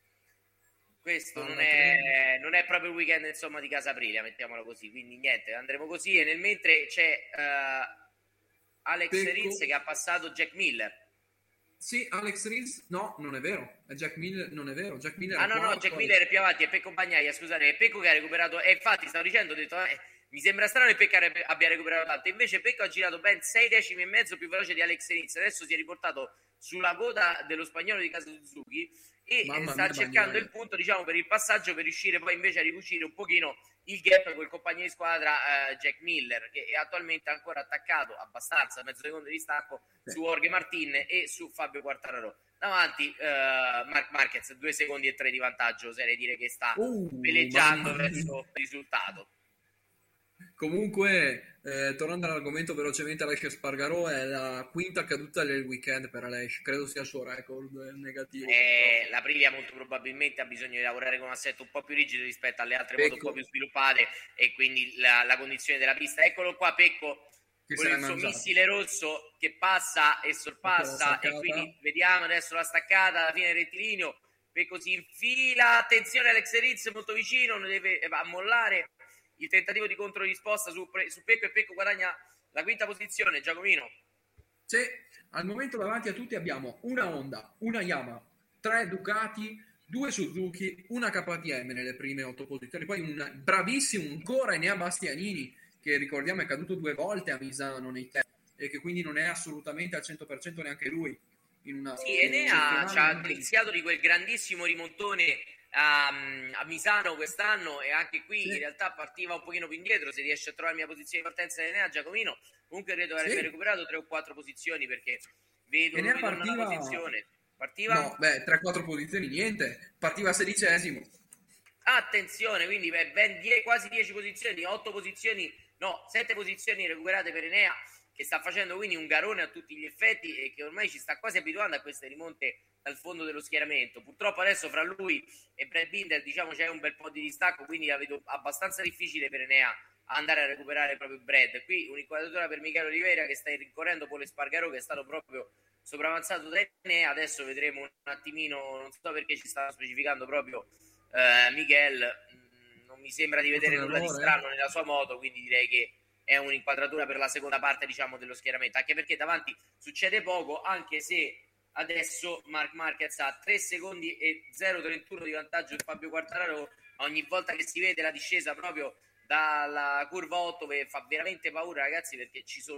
Questo non è proprio il weekend insomma di Casa Aprilia, mettiamolo così, quindi niente, andremo così. E nel mentre c'è Alex Rins che ha passato Jack Miller. Sì, Alex Rins, no, non è vero, è Jack Miller, non è vero, Jack Miller Jack Miller è più avanti, è Pecco Bagnaia, scusate, è Pecco che ha recuperato, e infatti stavo dicendo, ho detto, mi sembra strano che Pecco abbia recuperato tanto, invece Pecco ha girato ben 6 decimi e mezzo più veloce di Alex Rins, adesso si è riportato sulla coda dello spagnolo di Casa Suzuki e sta cercando il punto, diciamo, per il passaggio, per riuscire poi invece a ricucire un pochino il gap con il compagno di squadra Jack Miller, che è attualmente ancora attaccato abbastanza, mezzo secondo di stacco su Jorge Martin e su Fabio Quartararo. Davanti Marc Marquez 2 secondi e 3 di vantaggio, oserei dire che sta veleggiando verso il risultato. Comunque, tornando all'argomento velocemente, Alessio Spargarò è la quinta caduta del weekend per Alessio, credo sia il suo record negativo. L'Aprilia molto probabilmente ha bisogno di lavorare con un assetto un po' più rigido rispetto alle altre moto un po' più sviluppate, e quindi la condizione della pista. Eccolo qua Pecco con il suo missile rosso che passa e sorpassa, e quindi vediamo adesso la staccata alla fine del rettilineo. Pecco si infila, attenzione Alex Rins molto vicino, non deve ammollare. Il tentativo di controrisposta su Pecco, e Pecco guadagna la quinta posizione. Giacomino. Sì, al momento davanti a tutti abbiamo una Honda, una Yamaha, 3 Ducati, 2 Suzuki, una KTM nelle prime 8 posizioni, poi un bravissimo ancora Enea Bastianini, che ricordiamo è caduto 2 volte a Misano nei test, e che quindi non è assolutamente al 100% neanche lui. Enea ci ha iniziato di quel grandissimo rimontone a Misano quest'anno, e anche qui in realtà partiva un pochino più indietro. Se riesce a trovare la mia posizione di partenza di Enea, Giacomino, comunque credo che avrebbe recuperato 3 o 4 posizioni, perché vedo una posizione partiva 3-4 posizioni niente, partiva 16esimo. Attenzione, quindi ben quasi 10 posizioni, 7 posizioni recuperate per Enea, che sta facendo quindi un garone a tutti gli effetti e che ormai ci sta quasi abituando a queste rimonte dal fondo dello schieramento. Purtroppo adesso fra lui e Brad Binder diciamo c'è un bel po' di distacco, quindi la vedo abbastanza difficile per Enea andare a recuperare proprio Brad. Qui un'inquadratura per Michele Oliveira che sta rincorrendo Pole Spargarò, che è stato proprio sopravanzato da Enea. Adesso vedremo un attimino, non so perché ci sta specificando proprio Miguel, non mi sembra di vedere nulla di strano nella sua moto, quindi direi che è un'inquadratura per la seconda parte diciamo dello schieramento, anche perché davanti succede poco, anche se adesso Marc Marquez ha 3 secondi e 0,31 di vantaggio su Fabio Quartararo. Ogni volta che si vede la discesa proprio dalla curva 8 fa veramente paura, ragazzi, perché ci sono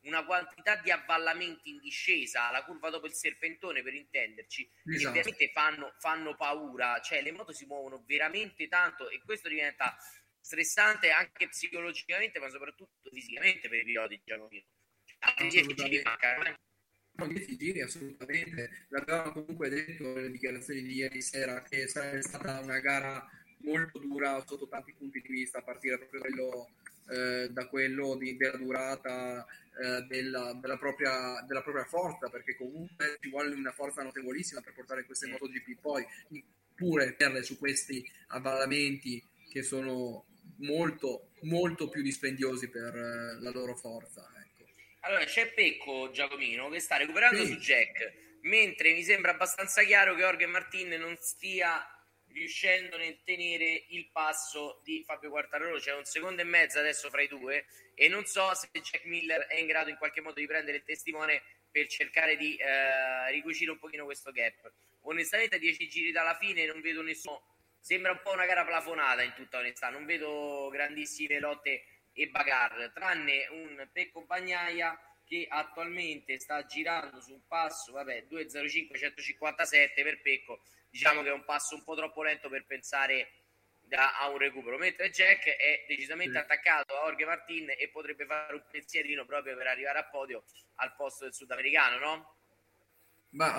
una quantità di avvallamenti in discesa, la curva dopo il serpentone per intenderci, Esatto. che veramente fanno paura, cioè le moto si muovono veramente tanto e questo diventa stressante anche psicologicamente ma soprattutto fisicamente per i piloti, Giacomino. Altri 10 giri mancano. No, 10 giri assolutamente. L'avevamo comunque detto nelle dichiarazioni di ieri sera che sarebbe stata una gara molto dura sotto tanti punti di vista, a partire proprio da quello della durata della propria forza, perché comunque ci vuole una forza notevolissima per portare queste MotoGP poi pure perle su questi avvallamenti che sono molto molto più dispendiosi per la loro forza. Allora c'è Pecco, Giacomino, che sta recuperando Sì. su Jack, mentre mi sembra abbastanza chiaro che Jorge Martin non stia riuscendo nel tenere il passo di Fabio Quartararo. C'è 1 secondo e mezzo adesso fra i due e non so se Jack Miller è in grado in qualche modo di prendere il testimone per cercare di ricucire un pochino questo gap. Onestamente a 10 giri dalla fine non vedo nessuno, sembra un po' una gara plafonata in tutta onestà, non vedo grandissime lotte e bagarre, tranne un Pecco Bagnaia che attualmente sta girando su un passo, 2.05 157 per Pecco, diciamo che è un passo un po' troppo lento per pensare a un recupero, mentre Jack è decisamente attaccato a Jorge Martin e potrebbe fare un pensierino proprio per arrivare a podio al posto del sudamericano, no? Ma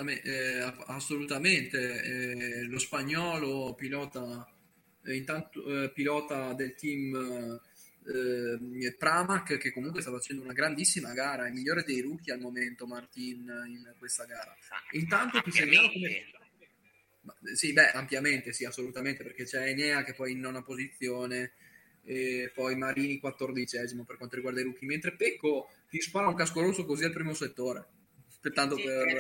assolutamente. Lo spagnolo pilota del team Pramac, che comunque sta facendo una grandissima gara, è il migliore dei rookie al momento Martin in questa gara. Intanto ti segnalo come sì, ampiamente, sì, assolutamente, perché c'è Enea che poi in 9ª posizione e poi Marini 14° per quanto riguarda i rookie, mentre Pecco ti spara un casco rosso così al primo settore. Aspettando sì, per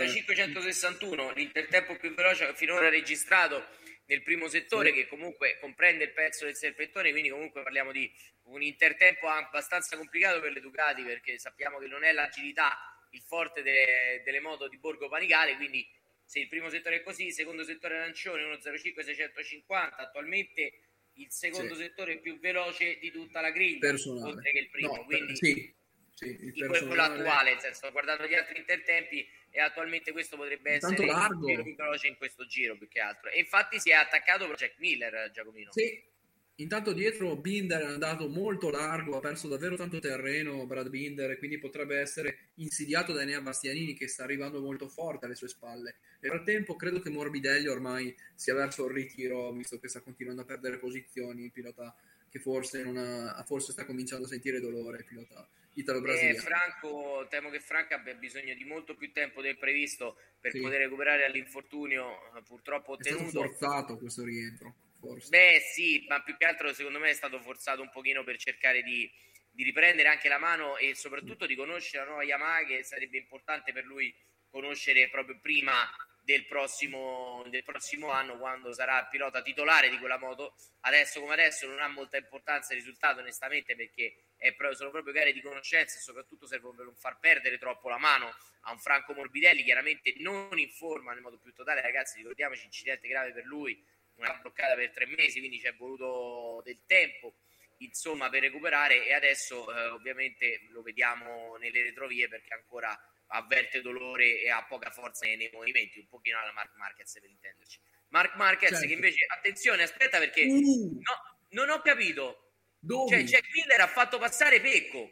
35-161, l'intertempo più veloce finora registrato nel primo settore, sì, che comunque comprende il pezzo del serpentone, quindi comunque parliamo di un intertempo abbastanza complicato per le Ducati, perché sappiamo che non è l'agilità il forte delle moto di Borgo Panigale, quindi se il primo settore è così, il secondo settore arancione 1.05.650, attualmente il secondo settore più veloce di tutta la griglia, personale, oltre che il primo, quindi sì, di quello attuale, nel senso, guardando gli altri intertempi e attualmente questo potrebbe essere il giro più veloce in questo giro più che altro, e infatti si è attaccato per Jack Miller, Giacomino. Sì, intanto dietro Binder è andato molto largo, ha perso davvero tanto terreno Brad Binder, e quindi potrebbe essere insidiato da Enea Bastianini che sta arrivando molto forte alle sue spalle. Nel frattempo credo che Morbidelli ormai sia verso il ritiro, visto che sta continuando a perdere posizioni, pilota che forse sta cominciando a sentire dolore, pilota italo-brasiliano. Franco, temo che Franco abbia bisogno di molto più tempo del previsto per poter recuperare all'infortunio purtroppo ottenuto. È stato forzato questo rientro, forse. Sì, ma più che altro secondo me è stato forzato un pochino per cercare di riprendere anche la mano e soprattutto di conoscere la nuova Yamaha, che sarebbe importante per lui conoscere proprio prima del prossimo anno, quando sarà pilota titolare di quella moto. Adesso come adesso non ha molta importanza il risultato, onestamente, perché sono proprio gare di conoscenza e soprattutto servono per non far perdere troppo la mano a un Franco Morbidelli, chiaramente non in forma nel modo più totale, ragazzi, ricordiamoci, incidente grave per lui, una bloccata per 3 mesi, quindi ci è voluto del tempo insomma per recuperare, e adesso ovviamente lo vediamo nelle retrovie perché ancora avverte dolore e ha poca forza nei movimenti, un pochino alla Marc Marquez per intenderci. Marc Marquez, certo, che invece, attenzione, aspetta, perché no, non ho capito. Dove? Cioè Jack Miller ha fatto passare Pecco.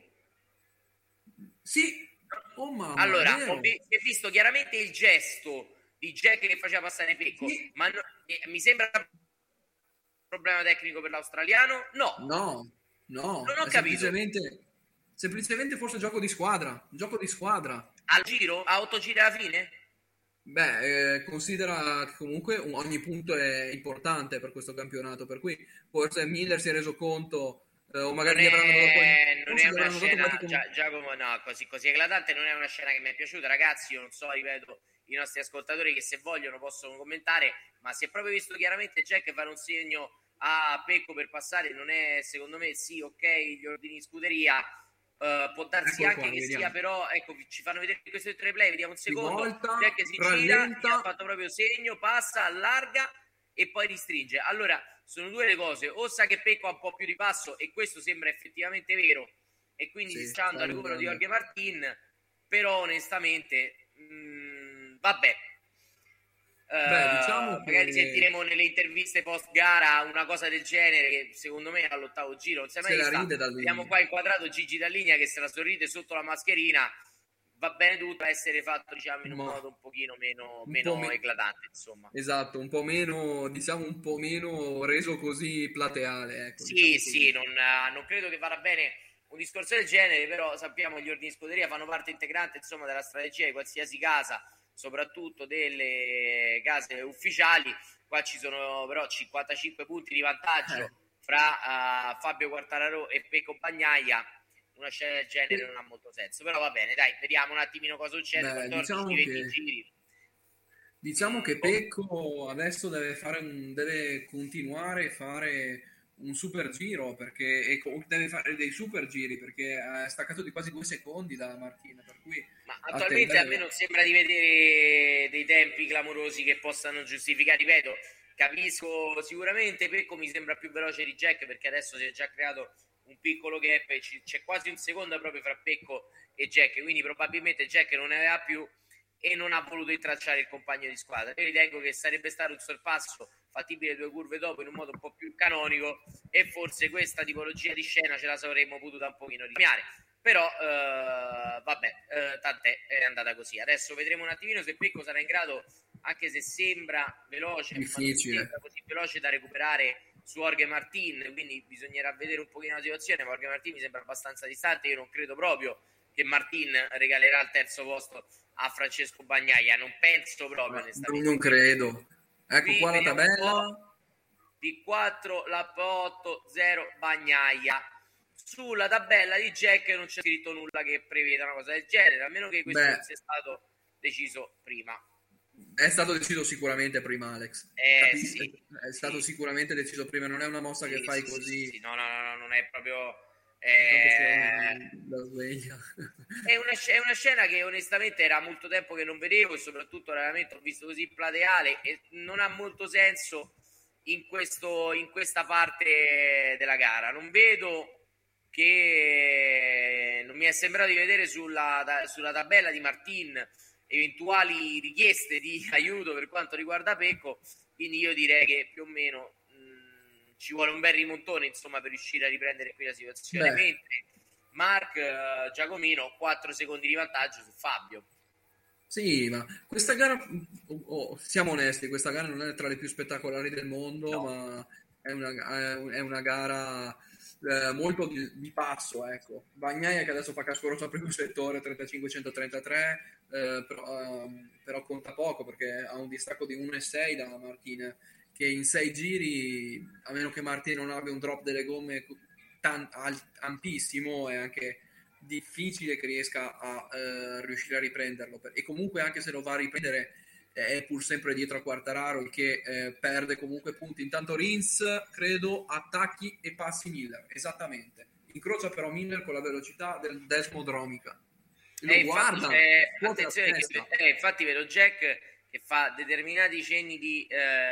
Sì. Oh, mamma, allora, ho visto chiaramente il gesto di Jack che faceva passare Pecco, sì, ma mi sembra un problema tecnico per l'australiano? No, non ho capito. Semplicemente forse gioco di squadra. Al giro? A 8 giri alla fine? Considera che comunque ogni punto è importante per questo campionato, per cui forse Miller si è reso conto, o magari non è una scena, Giacomo, no, così eclatante non è una scena che mi è piaciuta, ragazzi. Io non so, ripeto, i nostri ascoltatori che se vogliono possono commentare, ma si è proprio visto chiaramente Jack fare un segno a Pecco per passare. Non è, secondo me, sì, ok, gli ordini in scuderia, può darsi anche che sia, però ecco, ci fanno vedere questo replay, vediamo un secondo, Jack si gira, ha fatto proprio segno, passa, allarga e poi ristringe. Allora sono due le cose: o sa che Pecco ha un po' più di passo, e questo sembra effettivamente vero, e quindi si sta andando al recupero di Jorge Martin, però onestamente vabbè. Diciamo magari che sentiremo nelle interviste post gara una cosa del genere, che secondo me all'ottavo giro non si è mai vista. Vediamo qua inquadrato Gigi Dall'Igna che se la sorride sotto la mascherina, va bene tutto, essere fatto diciamo in un modo un pochino meno eclatante, insomma. Esatto, un po' meno, diciamo un po' meno reso così plateale, ecco, sì, diciamo non credo che vada bene un discorso del genere, però sappiamo che gli ordini di scuderia fanno parte integrante insomma della strategia di qualsiasi casa, soprattutto delle case ufficiali. Qua ci sono però 55 punti di vantaggio fra Fabio Quartararo e Pecco Bagnaia. Una scena del genere non ha molto senso, però va bene, dai, vediamo un attimino cosa succede. 14-20 giri. Diciamo che Pecco adesso deve continuare a fare un super giro, perché deve fare dei super giri, perché ha staccato di quasi 2 secondi da Martin, per cui ma attualmente a me non sembra di vedere dei tempi clamorosi che possano giustificare. Ripeto, capisco sicuramente Pecco mi sembra più veloce di Jack, perché adesso si è già creato un piccolo gap, c'è quasi un secondo proprio fra Pecco e Jack, quindi probabilmente Jack non ne aveva più e non ha voluto intralciare il compagno di squadra. Io ritengo che sarebbe stato un sorpasso fattibile 2 curve dopo in un modo un po' più canonico, e forse questa tipologia di scena ce la saremmo potuta un pochino risparmiare, però vabbè, tant'è, è andata così. Adesso vedremo un attimino se Pecco sarà in grado, anche se sembra veloce, difficile, ma non sembra così veloce da recuperare su Jorge Martin, quindi bisognerà vedere un pochino la situazione. Ma Jorge Martin mi sembra abbastanza distante, io non credo proprio che Martin regalerà il terzo posto a Francesco Bagnaia, non penso proprio, non credo. Ecco qui, qua la tabella P4 lap 8 0 Bagnaia. Sulla tabella di Jack non c'è scritto nulla che preveda una cosa del genere, a meno che questo non sia stato deciso prima. È stato deciso sicuramente prima, Alex. Sì, è stato sicuramente deciso prima, non è una mossa che fai così. No, non è proprio la sveglia. È una scena che onestamente era molto tempo che non vedevo, e soprattutto raramente ho visto così plateale, e non ha molto senso in questa parte della gara. Non vedo che non mi è sembrato di vedere sulla tabella di Martin eventuali richieste di aiuto per quanto riguarda Pecco, quindi io direi che più o meno ci vuole un bel rimontone insomma per riuscire a riprendere qui la situazione. Mentre Marc Giacomino 4 secondi di vantaggio su Fabio. Sì, ma questa gara, siamo onesti, questa gara non è tra le più spettacolari del mondo, ma è una gara molto di passo, ecco. Bagnaia che adesso fa cascoroso al primo settore 35-133, però conta poco, perché ha un distacco di 1,6 da Martin, che in 6 giri, a meno che Martin non abbia un drop delle gomme ampissimo, è anche difficile che riesca a riuscire a riprenderlo, e comunque anche se lo va a riprendere è pur sempre dietro a Quartararo, il che perde comunque punti. Intanto Rins, credo, attacchi e passi Miller, esattamente, incrocia però Miller con la velocità del Desmodromica, lo guarda, attenzione che, infatti vedo Jack che fa determinati cenni di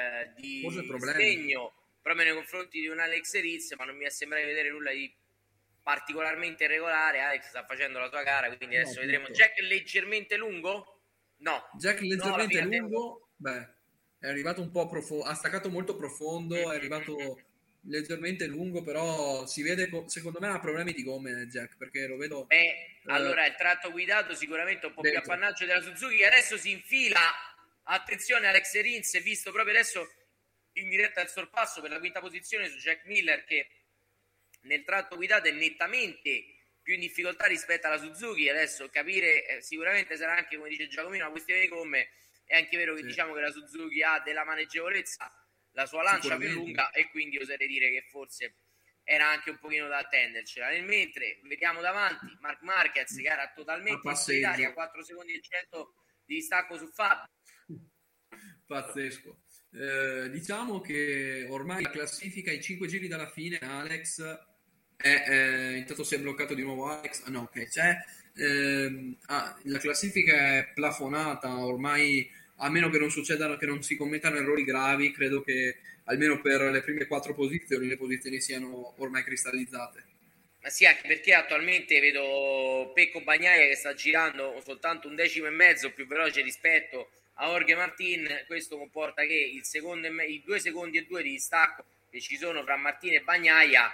sdegno proprio nei confronti di un Alex Rins, ma non mi è sembrato di vedere nulla di particolarmente irregolare. Alex sta facendo la sua gara, quindi adesso vedremo. Jack leggermente lungo? No. Jack leggermente lungo, è arrivato un po' profondo, ha staccato molto profondo, è arrivato leggermente lungo, però si vede, secondo me ha problemi di gomme Jack, perché lo vedo... allora il tratto guidato sicuramente un po' più appannaggio della Suzuki, che adesso si infila, attenzione Alex Rins, visto proprio adesso in diretta al sorpasso per la quinta posizione su Jack Miller, che nel tratto guidato è nettamente più in difficoltà rispetto alla Suzuki. Adesso capire sicuramente sarà anche, come dice Giacomino, una questione di gomme. È anche vero che diciamo che la Suzuki ha della maneggevolezza, la sua lancia più lunga, e quindi oserei dire che forse era anche un pochino da attendercela. Nel mentre vediamo davanti Marc Marquez che era totalmente in solitaria, 4 secondi e 100 di distacco su Fabio. Pazzesco. Diciamo che ormai la classifica, i 5 giri dalla fine, Alex intanto si è bloccato di nuovo Alex, la classifica è plafonata ormai, a meno che non succedano, che non si commettano errori gravi. Credo che almeno per le prime 4 posizioni le posizioni siano ormai cristallizzate. Ma sì, anche perché attualmente vedo Pecco Bagnaia che sta girando soltanto 1 decimo e mezzo più veloce rispetto a Jorge Martin. Questo comporta che i 2 secondi e 2 di distacco che ci sono fra Martin e Bagnaia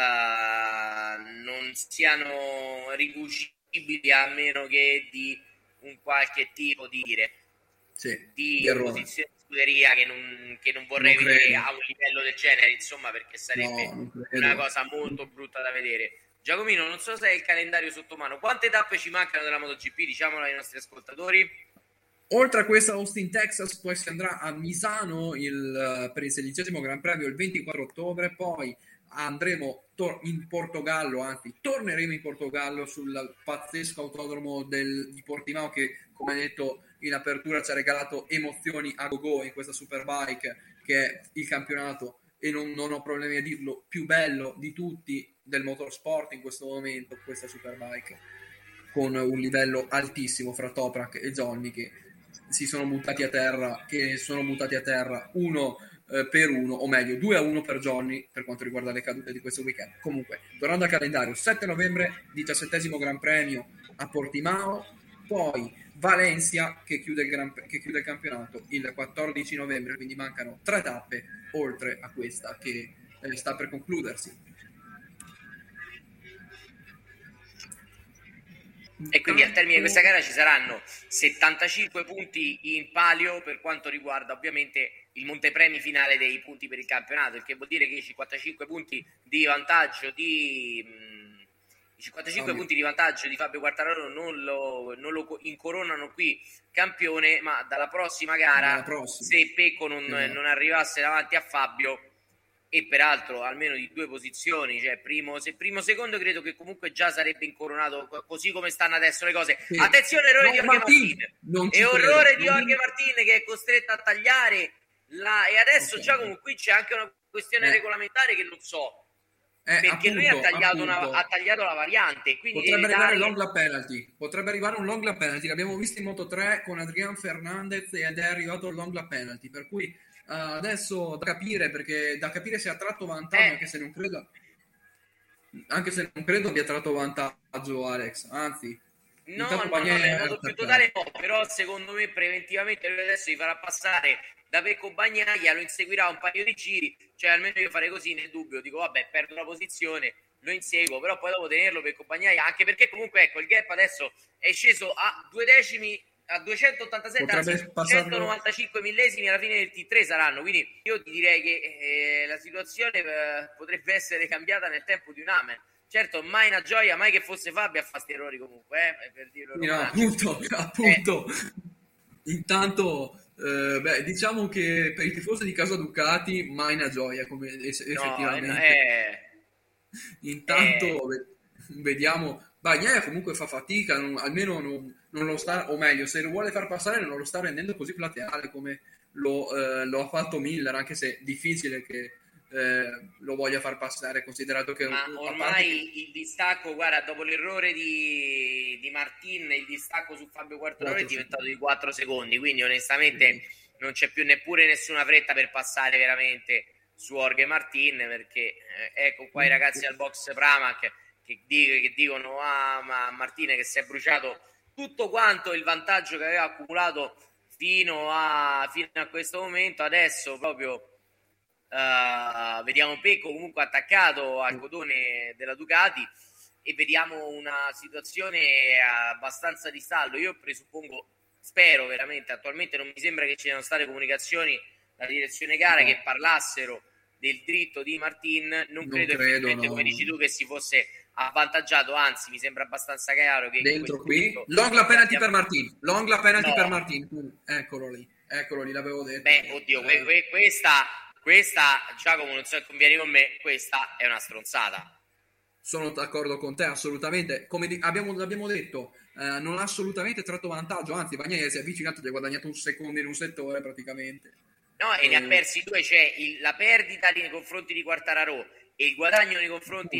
non siano ricucibili, a meno che di un qualche tipo di posizione di scuderia che non vorrei vedere a un livello del genere, insomma, perché sarebbe una cosa molto brutta da vedere. Giacomino, non so se hai il calendario sotto mano, quante tappe ci mancano della MotoGP, diciamolo ai nostri ascoltatori. Oltre a questa Austin, Texas, poi si andrà a Misano per il 16° Gran Premio il 24 ottobre, poi andremo in Portogallo, anzi torneremo in Portogallo sul pazzesco autodromo di Portimao che, come detto in apertura, ci ha regalato emozioni a go-go in questa Superbike, che è il campionato, e non ho problemi a dirlo, più bello di tutti del motorsport in questo momento, questa Superbike, con un livello altissimo fra Toprak e Johnny che sono buttati a terra uno per uno, o meglio 2-1 per Johnny per quanto riguarda le cadute di questo weekend. Comunque, tornando al calendario, 7 novembre 17° Gran Premio a Portimao, poi Valencia che chiude il campionato il 14 novembre, quindi mancano 3 tappe oltre a questa che sta per concludersi. E quindi al termine di questa gara ci saranno 75 punti in palio per quanto riguarda ovviamente il montepremi finale dei punti per il campionato, il che vuol dire che i 55 punti di vantaggio di Fabio Quartararo non lo incoronano qui campione, ma dalla prossima gara, se Pecco non arrivasse davanti a Fabio, e peraltro almeno di 2 posizioni, cioè primo secondo, credo che comunque già sarebbe incoronato, così come stanno adesso le cose. Sì. Attenzione, errore di Jorge Martin, Jorge Martin che è costretto a tagliare e adesso Giacomo, qui c'è anche una questione regolamentare che non so, perché appunto, lui ha tagliato la variante, quindi potrebbe arrivare un long lap penalty, l'abbiamo visto in Moto3 con Adrián Fernández ed è arrivato il long lap penalty, per cui adesso da capire se ha tratto vantaggio, anche se non credo abbia tratto vantaggio Alex, anzi no, più totale no, però secondo me preventivamente lui adesso gli farà passare da Pecco Bagnaia, lo inseguirà un paio di giri, cioè almeno io farei così nel dubbio, dico vabbè, perdo la posizione, lo inseguo, però poi dopo tenerlo Pecco Bagnaia, anche perché comunque ecco il gap adesso è sceso a 2 decimi, a 287, anzi 195 millesimi alla fine del T3 saranno, quindi io ti direi che la situazione potrebbe essere cambiata nel tempo di un amen. Certo, mai una gioia, mai che fosse Fabio a fare sti errori comunque, per dirlo. No, appunto. Intanto diciamo che per i tifosi di casa Ducati mai una gioia, come effettivamente. Intanto vediamo, Bagnaia comunque fa fatica, almeno non lo sta, o meglio, se lo vuole far passare non lo sta rendendo così plateale come lo ha fatto Miller, anche se è difficile che lo voglia far passare, considerato che ormai il distacco, guarda, dopo l'errore di Martin, il distacco su Fabio Quartararo è diventato di 4 secondi, quindi onestamente non c'è più neppure nessuna fretta per passare veramente su Jorge Martin, perché ecco qua i ragazzi al box Pramac che dicono ma Martin che si è bruciato tutto quanto il vantaggio che aveva accumulato fino a questo momento. Adesso proprio vediamo Pecco comunque attaccato al codone della Ducati e vediamo una situazione abbastanza di stallo. Io spero veramente, attualmente non mi sembra che ci siano state comunicazioni dalla direzione gara che parlassero del dritto di Martin, non credo no. Come dici tu che si fosse avvantaggiato, anzi mi sembra abbastanza chiaro che dentro qui long la penalty per Martin, eccolo lì, l'avevo detto. Beh, oddio, questa Giacomo, non so se convieni con me, questa è una stronzata. Sono d'accordo con te, assolutamente. Come abbiamo detto, non ha assolutamente tratto vantaggio, anzi Bagnaia si è avvicinato, gli ha guadagnato un secondo in un settore praticamente. No, e ne ha persi 2, c'è la perdita nei confronti di Quartararo e il guadagno nei confronti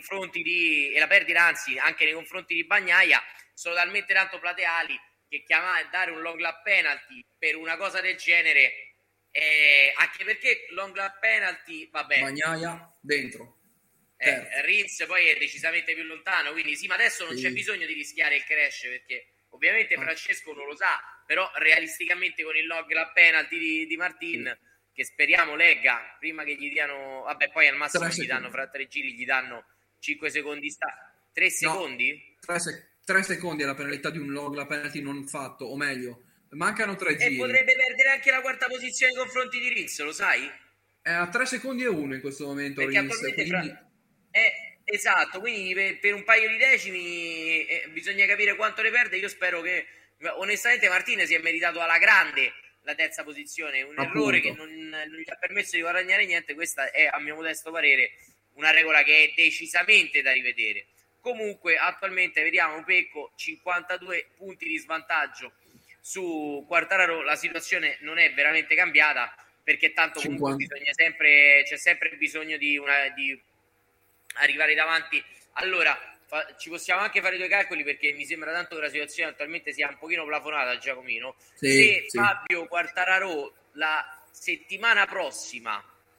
e la perdita anzi anche nei confronti di Bagnaia sono talmente tanto plateali che dare un long lap penalty per una cosa del genere, anche perché long lap penalty, vabbè, Bagnaia dentro. Rins poi è decisamente più lontano, quindi sì, ma adesso non c'è bisogno di rischiare il crash, perché ovviamente Francesco non lo sa, però realisticamente con il log la penalty di Martin, che speriamo legga prima che gli diano, vabbè, poi al massimo gli danno fra 3 giri, gli danno 5 secondi 3 secondi? 3 secondi è la penalità di un log, la penalty non fatto, o meglio, mancano 3 giri. E potrebbe perdere anche la quarta posizione nei confronti di Rins, lo sai? È a 3 secondi e 1 in questo momento. Perché Rins, attualmente esatto, quindi per un paio di decimi bisogna capire quanto ne perde. Io spero che, onestamente, Martin si è meritato alla grande la terza posizione, un errore che non gli ha permesso di guadagnare niente. Questa è, a mio modesto parere, una regola che è decisamente da rivedere. Comunque attualmente vediamo Pecco 52 punti di svantaggio su Quartararo. La situazione non è veramente cambiata, perché tanto comunque c'è sempre bisogno di arrivare davanti. Allora ci possiamo anche fare 2 calcoli, perché mi sembra tanto che la situazione attualmente sia un pochino plafonata, Giacomino. Se Fabio Quartararo la settimana prossima,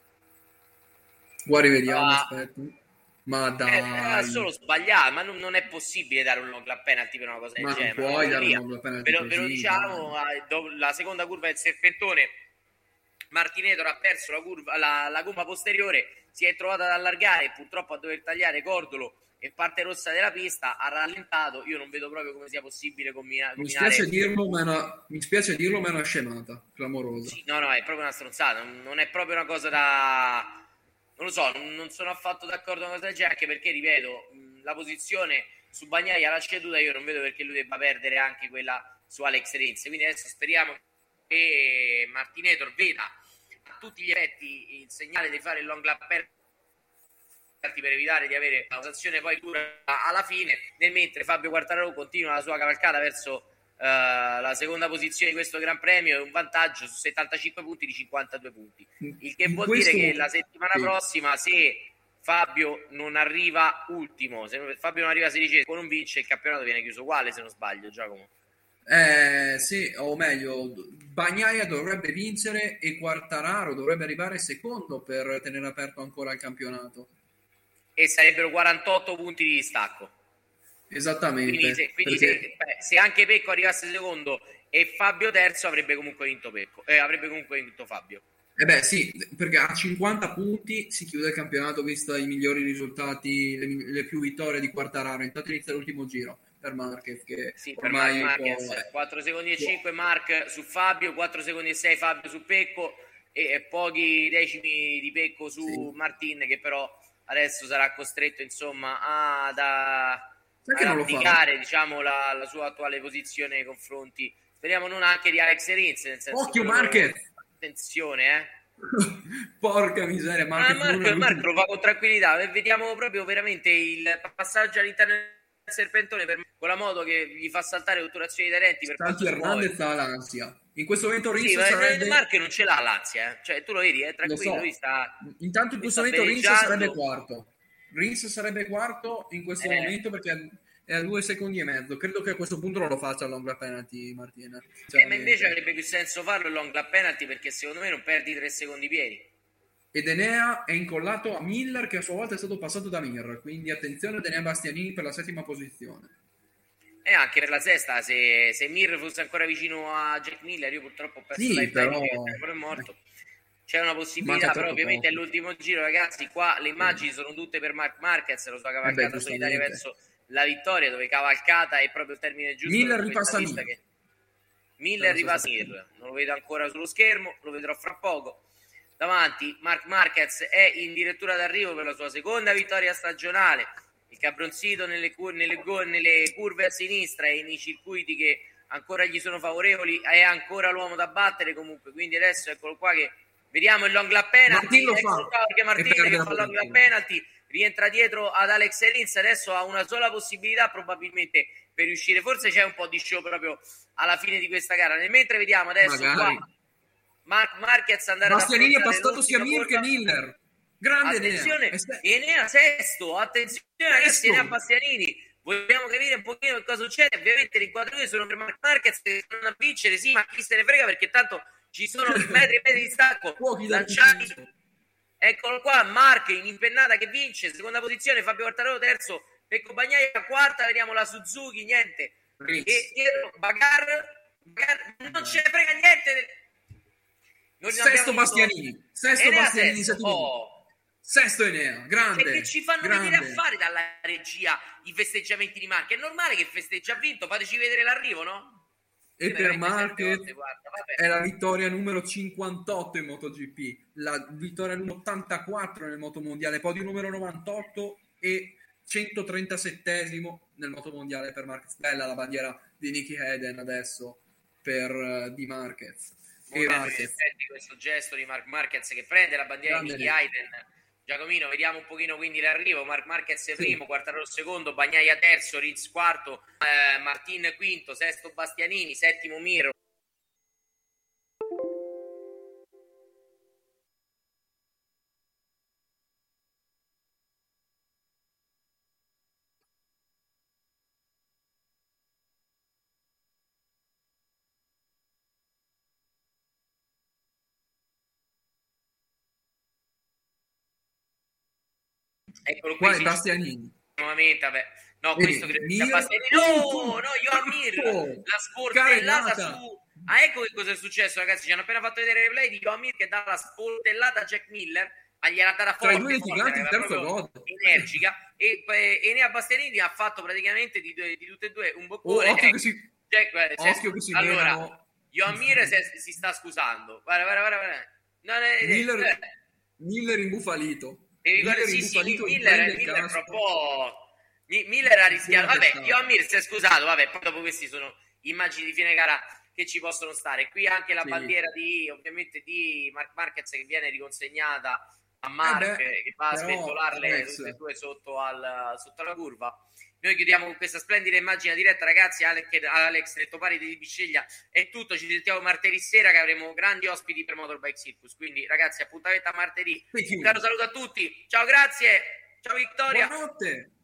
guarda, vediamo, aspetta, ma dai, è solo sbagliato, ma non è possibile dare un long lap penalty per una cosa del genere. Non puoi dare un long lap penalty così, ve lo diciamo, la seconda curva del serpentone Martinetto ha perso la gomma posteriore, si è trovata ad allargare, purtroppo a dover tagliare Cordolo e parte rossa della pista, ha rallentato. Io non vedo proprio come sia possibile combinare. Mi spiace dirlo, ma è una scemata clamorosa. Sì, no, è proprio una stronzata, non è proprio una cosa da... Non lo so, non sono affatto d'accordo con una cosa del genere, anche perché, ripeto, la posizione su Bagnaia alla ceduta, io non vedo perché lui debba perdere anche quella su Alex Rins. Quindi adesso speriamo che Martinetto veda a tutti gli effetti il segnale di fare il long lap penalty per evitare di avere la sanzione poi dura alla fine, nel mentre Fabio Quartararo continua la sua cavalcata verso la seconda posizione di questo Gran Premio, e un vantaggio su 75 punti di 52 punti, il che vuol dire che la settimana prossima, se Fabio non arriva ultimo, se Fabio non arriva 16esimo, non vince, il campionato viene chiuso uguale, se non sbaglio, Giacomo. Sì, o meglio, Bagnaia dovrebbe vincere e Quartararo dovrebbe arrivare secondo per tenere aperto ancora il campionato, e sarebbero 48 punti di distacco. Esattamente. Quindi se anche Pecco arrivasse secondo e Fabio terzo, avrebbe comunque vinto Fabio. Sì, perché a 50 punti si chiude il campionato, visto i migliori risultati, le più vittorie di Quartararo. Intanto inizia l'ultimo giro per Marquez, che per Marquez 4 secondi e 5 Marc su Fabio, 4 secondi e 6 Fabio su Pecco, e pochi decimi di Pecco su Martin, che però adesso sarà costretto, insomma, ad abdicare, diciamo, la sua attuale posizione nei confronti, speriamo non anche di Alex Rins, nel senso, occhio Marquez, attenzione, porca miseria, Marco lo fa con tranquillità. Vediamo proprio veramente il passaggio all'interno del serpentone con la moto che gli fa saltare l'otturazione dei denti. Santi Hernandez ha l'ansia in questo momento. Rins sarebbe... Marco non ce l'ha l'ansia, cioè tu lo vedi, tranquillo, lui sta... Intanto in questo momento Rins sarebbe quarto in questo momento, perché è a 2 secondi e mezzo. Credo che a questo punto non lo faccia il long lap penalty, Martina. Ma invece avrebbe più senso farlo il long lap penalty, perché secondo me non perdi 3 secondi pieni. Ed Enea è incollato a Miller, che a sua volta è stato passato da Mir, quindi attenzione Enea Bastianini per la 7ª posizione. E anche per la sesta, se Mir fosse ancora vicino a Jack Miller, io purtroppo ho perso però è morto. C'è una possibilità, però ovviamente è l'ultimo giro, ragazzi. Qua le immagini sono tutte per Marc Marquez, la sua cavalcata solitaria verso la vittoria, dove cavalcata è proprio il termine giusto. Miller ripassa Miller ripassa Mir, non lo vedo ancora sullo schermo, lo vedrò fra poco. Davanti Marc Marquez è in dirittura d'arrivo per la sua seconda vittoria stagionale. Il cabronzito nelle curve a sinistra e nei circuiti che ancora gli sono favorevoli è ancora l'uomo da battere comunque. Quindi adesso eccolo qua che vediamo il long lap penalty. Martin che fa il long lap penalty, rientra dietro ad Alex Rins. Adesso ha una sola possibilità probabilmente per riuscire, forse c'è un po' di show proprio alla fine di questa gara. Nel mentre vediamo adesso qua Marc Marquez andare Bastianini è passato sia Mir che Miller. Grande attenzione, Enea sesto, attenzione ragazzi, Enea Bastianini. Vogliamo capire un pochino che cosa succede. Ovviamente le inquadrature sono per Marc Marquez, che stanno a vincere, sì, ma chi se ne frega, perché tanto ci sono metri e metri di stacco lanciati. Eccolo qua, Mark in impennata che vince, seconda posizione Fabio Quartararo terzo, Pecco Bagnaia quarta, vediamo la Suzuki, niente. E dietro Bagar non ce ne frega niente. Sesto Bastianini, settimo. Sesto Enea, grande. Che ci fanno vedere a fare dalla regia i festeggiamenti di Mark? È normale che festeggia, ha vinto, fateci vedere l'arrivo, no? E per Marquez è la vittoria numero 58 in MotoGP, la vittoria numero 84 nel motomondiale, podio numero 98 e 137esimo nel motomondiale per Marquez. Bella la bandiera di Nicky Hayden adesso per Di Marquez. E Marquez. Questo gesto di Marc Marquez che prende la bandiera di Nicky Hayden. Giacomino, vediamo un pochino quindi l'arrivo. Marc Marquez primo, Quartararo secondo, Bagnaia terzo, Rins quarto, Martin quinto, sesto Bastianini, settimo Mir. Eccolo qui, Bastianini. Vabbè. No, questo credo sia Bastianini. No, Johan Mir, la sportellata su... Ah, ecco che cosa è successo, ragazzi. Ci hanno appena fatto vedere il replay di Johan Mir che dà la sportellata a Jack Miller, ma gliel'ha data forte, energica. E Enea Bastianini ha fatto praticamente di tutte e due un boccone. Occhio che si allora, Johan Mir si sta scusando. Guarda. Miller imbufalito. Miller proprio Miller ha rischiato. Vabbè, Johan Mir si è scusato. Vabbè, poi dopo questi sono immagini di fine gara che ci possono stare. Qui anche la bandiera ovviamente di Marc Marquez che viene riconsegnata a Marc che va a sventolarle tutte e due sotto la curva. Noi chiudiamo con questa splendida immagine diretta, ragazzi. Alex detto pari di Bisceglia è tutto, ci sentiamo martedì sera che avremo grandi ospiti per Motorbike Circus, quindi ragazzi appuntamento a martedì. Un caro saluto a tutti, ciao, grazie, ciao Vittoria, buonanotte.